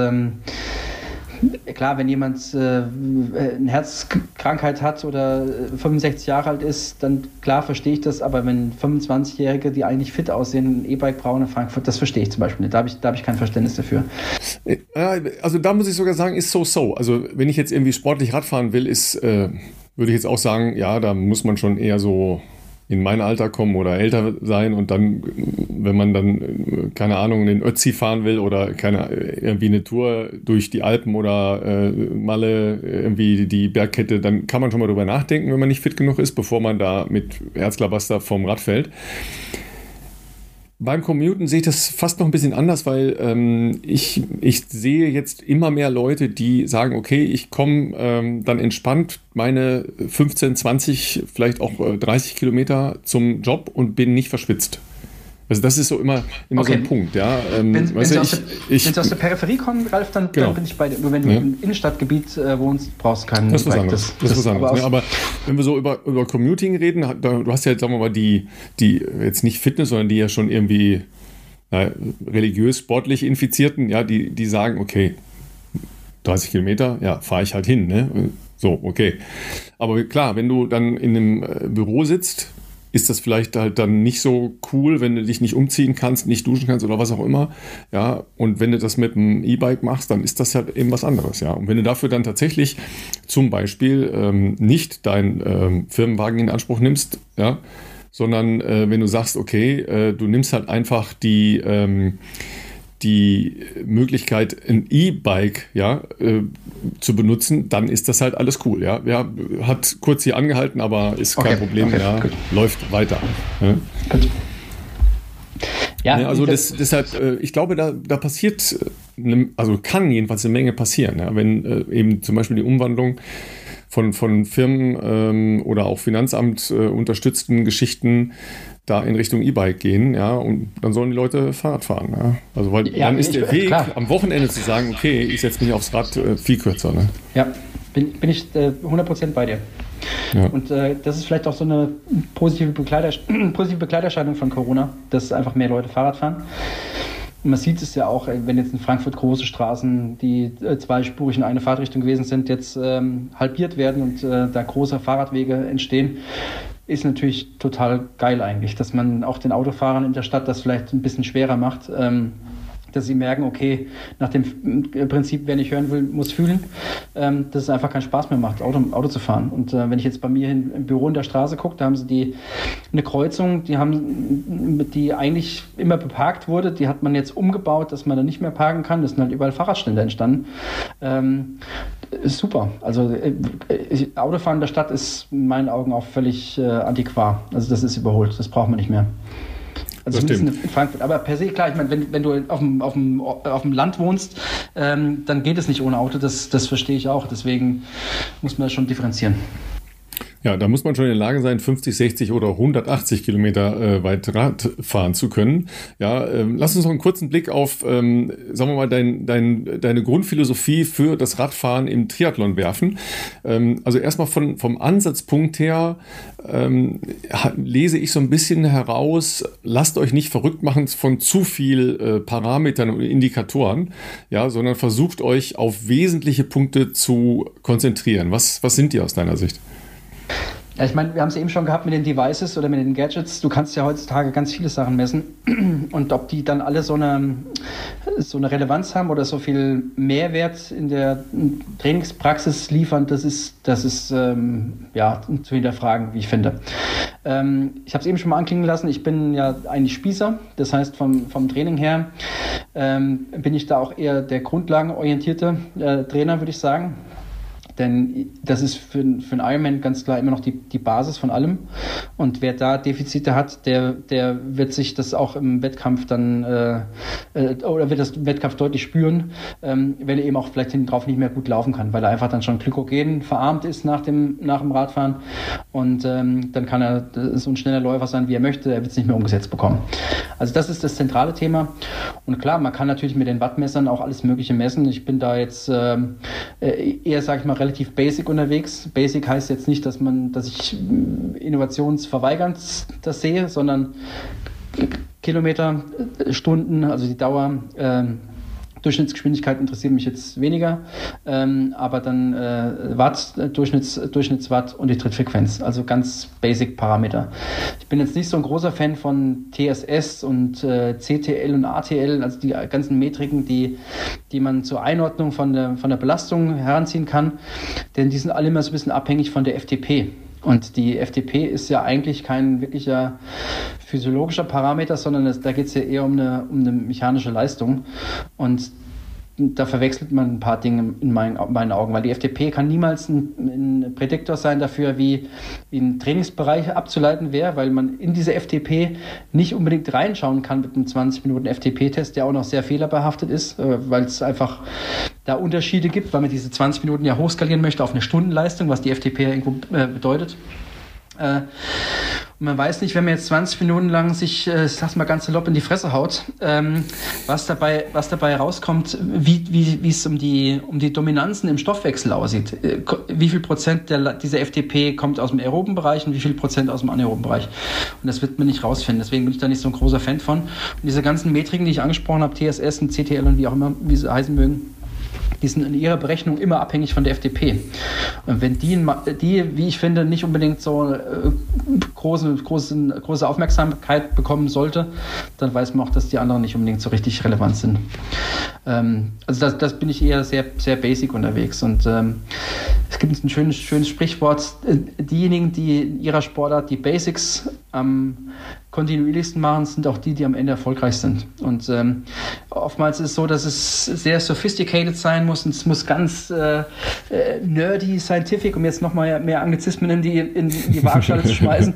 klar, wenn jemand eine Herzkrankheit hat oder 65 Jahre alt ist, dann klar verstehe ich das, aber wenn 25-Jährige, die eigentlich fit aussehen, ein E-Bike brauchen in Frankfurt, das verstehe ich zum Beispiel nicht. Da habe ich kein Verständnis dafür. Also da muss ich sogar sagen, ist so. Also wenn ich jetzt irgendwie sportlich Radfahren will, würde ich jetzt auch sagen, ja, da muss man schon eher so in mein Alter kommen oder älter sein, und dann, wenn man dann, keine Ahnung, den Ötzi fahren will oder irgendwie eine Tour durch die Alpen oder Malle, irgendwie die Bergkette, dann kann man schon mal drüber nachdenken, wenn man nicht fit genug ist, bevor man da mit Herzklabaster vom Rad fällt. Beim Commuten sehe ich das fast noch ein bisschen anders, weil ich sehe jetzt immer mehr Leute, die sagen, okay, ich komme dann entspannt meine 15, 20, vielleicht auch 30 Kilometer zum Job und bin nicht verschwitzt. Also das ist so immer okay. So ein Punkt, ja. Wenn Sie aus der Peripherie kommen, Ralf, dann bin ich bei dir. Nur wenn du im Innenstadtgebiet wohnst, brauchst du keinen. Das ist was anderes. Das ist was anderes. Aber wenn wir so über Commuting reden, du hast ja jetzt, sagen wir mal, die jetzt nicht Fitness, sondern die ja schon irgendwie religiös, sportlich Infizierten, ja, die sagen, okay, 30 Kilometer, ja, fahre ich halt hin, ne? So, okay. Aber klar, wenn du dann in einem Büro sitzt, ist das vielleicht halt dann nicht so cool, wenn du dich nicht umziehen kannst, nicht duschen kannst oder was auch immer. Ja, und wenn du das mit einem E-Bike machst, dann ist das halt eben was anderes. Ja, und wenn du dafür dann tatsächlich zum Beispiel nicht deinen Firmenwagen in Anspruch nimmst, ja, sondern wenn du sagst, okay, du nimmst halt einfach die Möglichkeit, ein E-Bike zu benutzen, dann ist das halt alles cool. Ja, hat kurz hier angehalten, aber ist kein Problem. Okay, ja, läuft weiter. Ja. Ja, also deshalb, ich glaube, da passiert, also kann jedenfalls eine Menge passieren, ja, wenn eben zum Beispiel die Umwandlung von Firmen oder auch Finanzamt unterstützten Geschichten da in Richtung E-Bike gehen, ja, und dann sollen die Leute Fahrrad fahren, ja. Also weil dann ist der Weg am Wochenende zu sagen, okay, ich setze mich aufs Rad, viel kürzer, ne? Ja, bin ich 100% bei dir. Ja. Und das ist vielleicht auch so eine positive Begleiterscheinung von Corona, dass einfach mehr Leute Fahrrad fahren. Und man sieht es ja auch, wenn jetzt in Frankfurt große Straßen, die zweispurig in eine Fahrtrichtung gewesen sind, jetzt halbiert werden und da große Fahrradwege entstehen, ist natürlich total geil eigentlich, dass man auch den Autofahrern in der Stadt das vielleicht ein bisschen schwerer macht, dass sie merken, okay, nach dem Prinzip, wer nicht hören will, muss fühlen, dass es einfach keinen Spaß mehr macht, Auto zu fahren. Und wenn ich jetzt bei mir im Büro in der Straße gucke, da haben sie eine Kreuzung, die eigentlich immer beparkt wurde, die hat man jetzt umgebaut, dass man da nicht mehr parken kann. Das sind halt überall Fahrradständer entstanden. Ist super. Also Autofahren in der Stadt ist in meinen Augen auch völlig antiquar. Also das ist überholt, das braucht man nicht mehr. Also zumindest in Frankfurt. Aber per se, klar, ich meine, wenn du auf dem Land wohnst, dann geht es nicht ohne Auto. Das verstehe ich auch. Deswegen muss man das schon differenzieren. Ja, da muss man schon in der Lage sein, 50, 60 oder 180 Kilometer weit Rad fahren zu können. Ja, lass uns noch einen kurzen Blick auf, sagen wir mal, deine Grundphilosophie für das Radfahren im Triathlon werfen. Also erstmal vom Ansatzpunkt her lese ich so ein bisschen heraus, lasst euch nicht verrückt machen von zu viel Parametern und Indikatoren, ja, sondern versucht euch auf wesentliche Punkte zu konzentrieren. Was sind die aus deiner Sicht? Ja, ich meine, wir haben es eben schon gehabt mit den Devices oder mit den Gadgets. Du kannst ja heutzutage ganz viele Sachen messen. Und ob die dann alle so eine Relevanz haben oder so viel Mehrwert in der Trainingspraxis liefern, das ist zu hinterfragen, wie ich finde. Ich habe es eben schon mal anklingen lassen. Ich bin ja eigentlich Spießer. Das heißt, vom Training her bin ich da auch eher der grundlagenorientierte Trainer, würde ich sagen. Denn das ist für einen Ironman ganz klar immer noch die Basis von allem. Und wer da Defizite hat, der wird sich das auch im Wettkampf dann oder wird das im Wettkampf deutlich spüren, wenn er eben auch vielleicht hinten drauf nicht mehr gut laufen kann, weil er einfach dann schon Glykogen verarmt ist nach dem Radfahren. Und dann kann er so ein schneller Läufer sein, wie er möchte. Er wird es nicht mehr umgesetzt bekommen. Also das ist das zentrale Thema. Und klar, man kann natürlich mit den Wattmessern auch alles Mögliche messen. Ich bin da jetzt eher, sage ich mal, relativ basic unterwegs. Basic heißt jetzt nicht, dass ich innovationsverweigernd das sehe, sondern Kilometer, Stunden, also die Dauer, Durchschnittsgeschwindigkeit interessiert mich jetzt weniger, aber dann Watt, Durchschnittswatt und die Trittfrequenz, also ganz basic Parameter. Ich bin jetzt nicht so ein großer Fan von TSS und CTL und ATL, also die ganzen Metriken, die man zur Einordnung von der Belastung heranziehen kann, denn die sind alle immer so ein bisschen abhängig von der FTP. Und die FTP ist ja eigentlich kein wirklicher physiologischer Parameter, sondern da geht es ja eher um eine mechanische Leistung. Und da verwechselt man ein paar Dinge in meinen Augen, weil die FTP kann niemals ein Prädiktor sein dafür, wie ein Trainingsbereich abzuleiten wäre, weil man in diese FTP nicht unbedingt reinschauen kann mit einem 20-Minuten-FTP-Test, der auch noch sehr fehlerbehaftet ist, weil es einfach da Unterschiede gibt, weil man diese 20 Minuten ja hochskalieren möchte auf eine Stundenleistung, was die FTP ja irgendwo bedeutet. Und man weiß nicht, wenn man jetzt 20 Minuten lang sich, ich sag's mal ganz salopp, in die Fresse haut, was dabei rauskommt, wie es um die Dominanzen im Stoffwechsel aussieht. Wie viel Prozent dieser FTP kommt aus dem aeroben Bereich und wie viel Prozent aus dem anaeroben Bereich. Und das wird man nicht rausfinden. Deswegen bin ich da nicht so ein großer Fan von. Und diese ganzen Metriken, die ich angesprochen habe, TSS und CTL und wie auch immer, wie sie heißen mögen, die sind in ihrer Berechnung immer abhängig von der FTP. Und wenn die, wie ich finde, nicht unbedingt so große Aufmerksamkeit bekommen sollte, dann weiß man auch, dass die anderen nicht unbedingt so richtig relevant sind. Also das bin ich eher sehr, sehr basic unterwegs. Und es gibt ein schönes Sprichwort, diejenigen, die in ihrer Sportart die Basics am kontinuierlichsten machen, sind auch die am Ende erfolgreich sind. Und oftmals ist es so, dass es sehr sophisticated sein muss und es muss ganz nerdy, scientific, um jetzt nochmal mehr Anglizismen in die Waagschale zu schmeißen.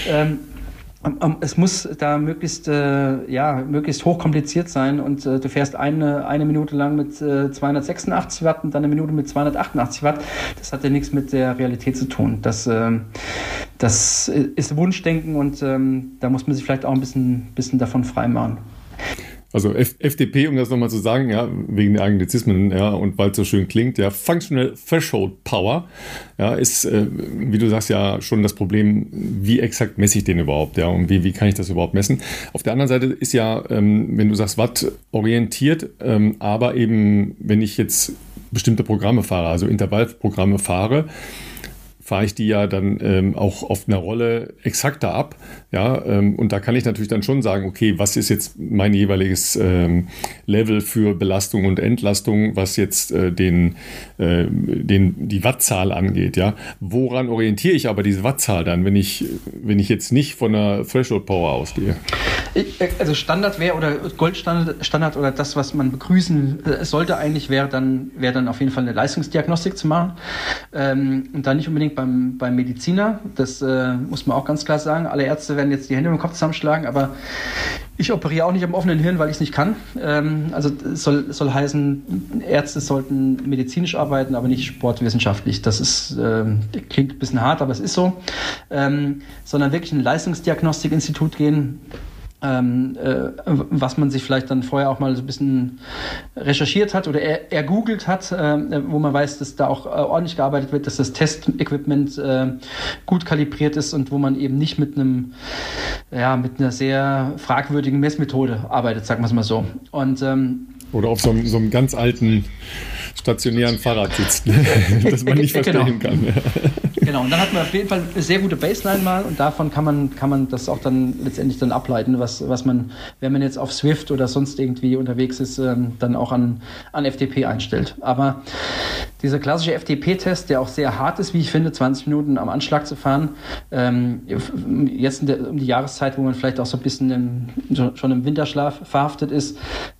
Es muss da möglichst hochkompliziert sein und du fährst eine Minute lang mit 286 Watt und dann eine Minute mit 288 Watt. Das hat ja nichts mit der Realität zu tun. Das ist Wunschdenken und da muss man sich vielleicht auch ein bisschen davon freimachen. Also FTP, um das nochmal zu sagen, ja, wegen der Anglizismen, ja, und weil es so schön klingt, ja, Functional Threshold Power, ja, ist, wie du sagst, ja schon das Problem, wie exakt messe ich den überhaupt, ja, und wie kann ich das überhaupt messen? Auf der anderen Seite ist ja, wenn du sagst, Watt orientiert, aber eben, wenn ich jetzt bestimmte Programme fahre, also Intervallprogramme fahre ich die ja dann auch auf einer Rolle exakter ab. Ja, und da kann ich natürlich dann schon sagen, okay, was ist jetzt mein jeweiliges Level für Belastung und Entlastung, was jetzt die Wattzahl angeht. Ja, woran orientiere ich aber diese Wattzahl dann, wenn ich jetzt nicht von einer Threshold Power ausgehe? Also Standard wäre oder Goldstandard oder das, was man begrüßen sollte eigentlich, wäre dann auf jeden Fall eine Leistungsdiagnostik zu machen. Und dann nicht unbedingt beim Mediziner. Das muss man auch ganz klar sagen. Alle Ärzte werden jetzt die Hände im Kopf zusammenschlagen, aber ich operiere auch nicht am offenen Hirn, weil ich es nicht kann. Also es soll heißen, Ärzte sollten medizinisch arbeiten, aber nicht sportwissenschaftlich. Das ist, klingt ein bisschen hart, aber es ist so. Sondern wirklich in ein Leistungsdiagnostikinstitut gehen, was man sich vielleicht dann vorher auch mal so ein bisschen recherchiert hat oder ergoogelt hat, wo man weiß, dass da auch ordentlich gearbeitet wird, dass das Testequipment gut kalibriert ist und wo man eben nicht mit einer sehr fragwürdigen Messmethode arbeitet, sagen wir es mal so. Und oder auf so einem ganz alten stationären Fahrrad sitzt, das man nicht verstehen kann. Genau, und dann hat man auf jeden Fall eine sehr gute Baseline mal und davon kann man das auch dann letztendlich dann ableiten, was man, wenn man jetzt auf Swift oder sonst irgendwie unterwegs ist, dann auch an FTP einstellt. Aber dieser klassische FTP-Test, der auch sehr hart ist, wie ich finde, 20 Minuten am Anschlag zu fahren, jetzt um die Jahreszeit, wo man vielleicht auch so ein bisschen schon im Winterschlaf verhaftet ist,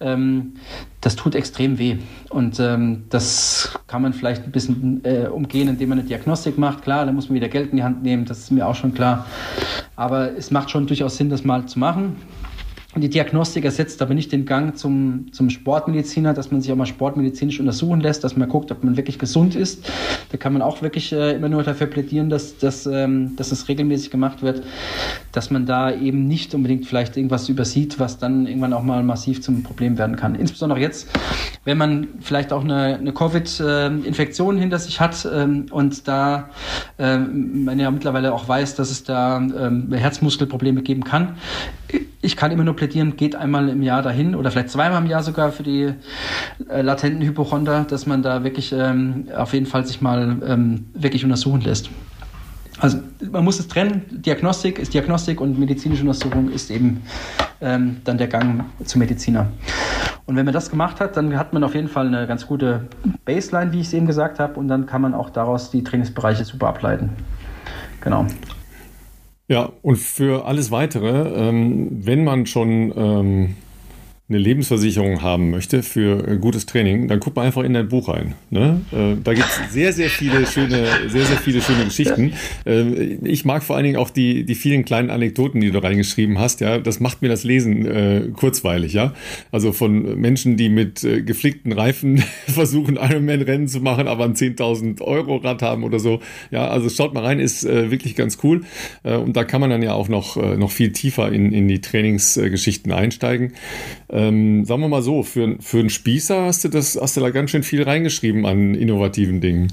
das tut extrem weh. Und das kann man vielleicht ein bisschen umgehen, indem man eine Diagnostik macht. Klar, da muss man wieder Geld in die Hand nehmen, das ist mir auch schon klar. Aber es macht schon durchaus Sinn, das mal zu machen. Und die Diagnostik ersetzt aber nicht den Gang zum Sportmediziner, dass man sich auch mal sportmedizinisch untersuchen lässt, dass man guckt, ob man wirklich gesund ist. Da kann man auch wirklich immer nur dafür plädieren, dass das regelmäßig gemacht wird, dass man da eben nicht unbedingt vielleicht irgendwas übersieht, was dann irgendwann auch mal massiv zum Problem werden kann. Insbesondere jetzt, wenn man vielleicht auch eine Covid-Infektion hinter sich hat und da man ja mittlerweile auch weiß, dass es da Herzmuskelprobleme geben kann. Ich kann immer nur plädieren, geht einmal im Jahr dahin oder vielleicht zweimal im Jahr sogar für die latenten Hypochonder, dass man da wirklich auf jeden Fall sich mal wirklich untersuchen lässt. Also man muss es trennen, Diagnostik ist Diagnostik und medizinische Untersuchung ist eben dann der Gang zum Mediziner. Und wenn man das gemacht hat, dann hat man auf jeden Fall eine ganz gute Baseline, wie ich es eben gesagt habe, und dann kann man auch daraus die Trainingsbereiche super ableiten. Genau. Ja, und für alles Weitere, wenn man schon eine Lebensversicherung haben möchte für gutes Training, dann guck mal einfach in dein Buch rein. Ne? Da gibt es sehr, sehr viele schöne Geschichten. Ich mag vor allen Dingen auch die vielen kleinen Anekdoten, die du reingeschrieben hast. Ja, das macht mir das Lesen kurzweilig. Ja, also von Menschen, die mit geflickten Reifen versuchen, Ironman-Rennen zu machen, aber ein 10.000 Euro Rad haben oder so. Ja, also schaut mal rein, ist wirklich ganz cool. Und da kann man dann ja auch noch viel tiefer in die Trainingsgeschichten einsteigen. Sagen wir mal so, für einen Spießer hast du da ganz schön viel reingeschrieben an innovativen Dingen.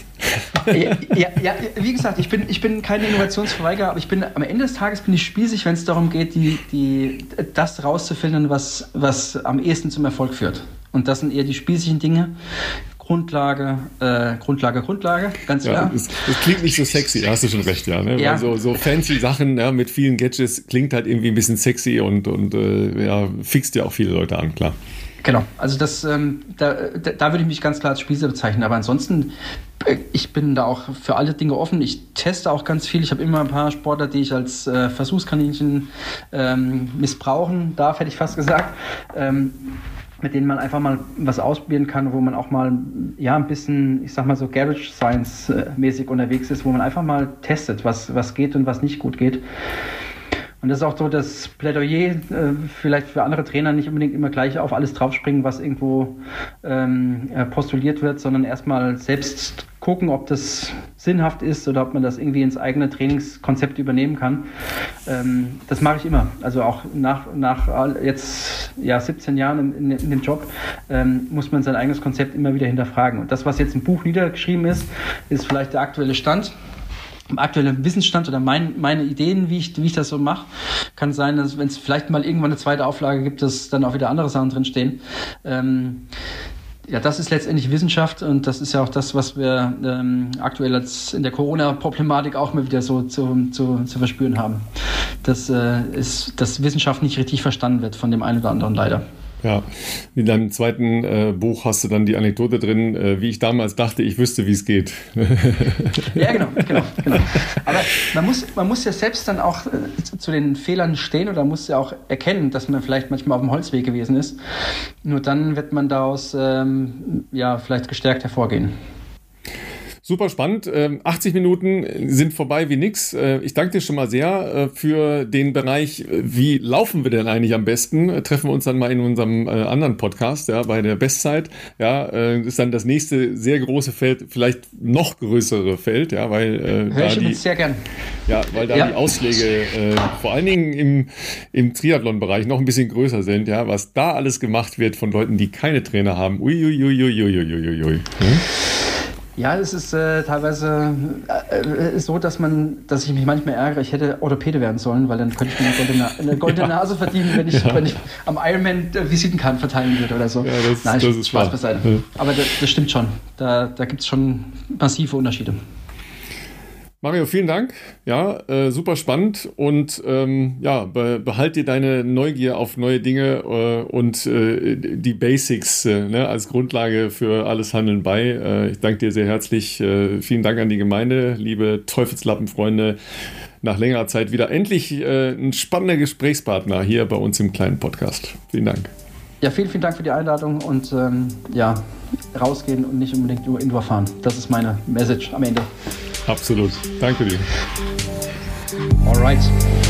Ja, wie gesagt, ich bin kein Innovationsverweigerer, aber am Ende des Tages bin ich spießig, wenn es darum geht, das rauszufiltern, was am ehesten zum Erfolg führt. Und das sind eher die spießigen Dinge. Grundlage, ganz klar. Ja, das klingt nicht so sexy, da hast du schon recht, ja. Ne? Ja. Weil so fancy Sachen, ja, mit vielen Gadgets klingt halt irgendwie ein bisschen sexy und fixt ja auch viele Leute an, klar. Genau, also da würde ich mich ganz klar als Spießer bezeichnen, aber ansonsten, ich bin da auch für alle Dinge offen. Ich teste auch ganz viel. Ich habe immer ein paar Sportler, die ich als Versuchskaninchen missbrauchen darf, hätte ich fast gesagt. Mit denen man einfach mal was ausprobieren kann, wo man auch mal ein bisschen, ich sag mal so Garage Science mäßig unterwegs ist, wo man einfach mal testet, was geht und was nicht gut geht. Und das ist auch so das Plädoyer, vielleicht für andere Trainer nicht unbedingt immer gleich auf alles draufspringen, was irgendwo postuliert wird, sondern erstmal selbst gucken, ob das sinnhaft ist oder ob man das irgendwie ins eigene Trainingskonzept übernehmen kann. Das mache ich immer. Also auch nach jetzt 17 Jahren in dem Job muss man sein eigenes Konzept immer wieder hinterfragen. Und das, was jetzt im Buch niedergeschrieben ist vielleicht der aktuelle Stand. Im aktuellen Wissensstand oder meine Ideen, wie ich das so mache, kann sein, dass wenn es vielleicht mal irgendwann eine zweite Auflage gibt, dass dann auch wieder andere Sachen drinstehen. Ja, das ist letztendlich Wissenschaft und das ist ja auch das, was wir aktuell als in der Corona-Problematik auch mal wieder so zu verspüren haben. Dass Wissenschaft nicht richtig verstanden wird von dem einen oder anderen leider. Ja, in deinem zweiten Buch hast du dann die Anekdote drin, wie ich damals dachte, ich wüsste, wie es geht. Ja, genau. Aber man muss ja selbst dann auch zu den Fehlern stehen oder muss ja auch erkennen, dass man vielleicht manchmal auf dem Holzweg gewesen ist. Nur dann wird man daraus vielleicht gestärkt hervorgehen. Super spannend. 80 Minuten sind vorbei wie nix. Ich danke dir schon mal sehr für den Bereich, wie laufen wir denn eigentlich am besten? Treffen wir uns dann mal in unserem anderen Podcast, ja, bei der Bestzeit. Ja, ist dann das nächste sehr große Feld, vielleicht noch größere Feld, ja, weil Hör ich übrigens sehr gern. Ja, weil da die Ausschläge vor allen Dingen im Triathlon-Bereich noch ein bisschen größer sind, ja, was da alles gemacht wird von Leuten, die keine Trainer haben. Uiuiuiuiuiui. Ja, es ist teilweise so, dass ich mich manchmal ärgere, ich hätte Orthopäde werden sollen, weil dann könnte ich mir eine goldene Nase verdienen, wenn ich am Ironman Visitenkarten verteilen würde oder so. Ja, das ist Spaß beiseite. Ja. Aber das stimmt schon. Da gibt es schon massive Unterschiede. Mario, vielen Dank. Ja, super spannend und behalt dir deine Neugier auf neue Dinge und die Basics als Grundlage für alles Handeln bei. Ich danke dir sehr herzlich. Vielen Dank an die Gemeinde, liebe Teufelslappenfreunde. Nach längerer Zeit wieder endlich ein spannender Gesprächspartner hier bei uns im kleinen Podcast. Vielen Dank. Ja, vielen Dank für die Einladung und rausgehen und nicht unbedingt nur Indoor fahren. Das ist meine Message am Ende. Absolut. Danke dir. Alright.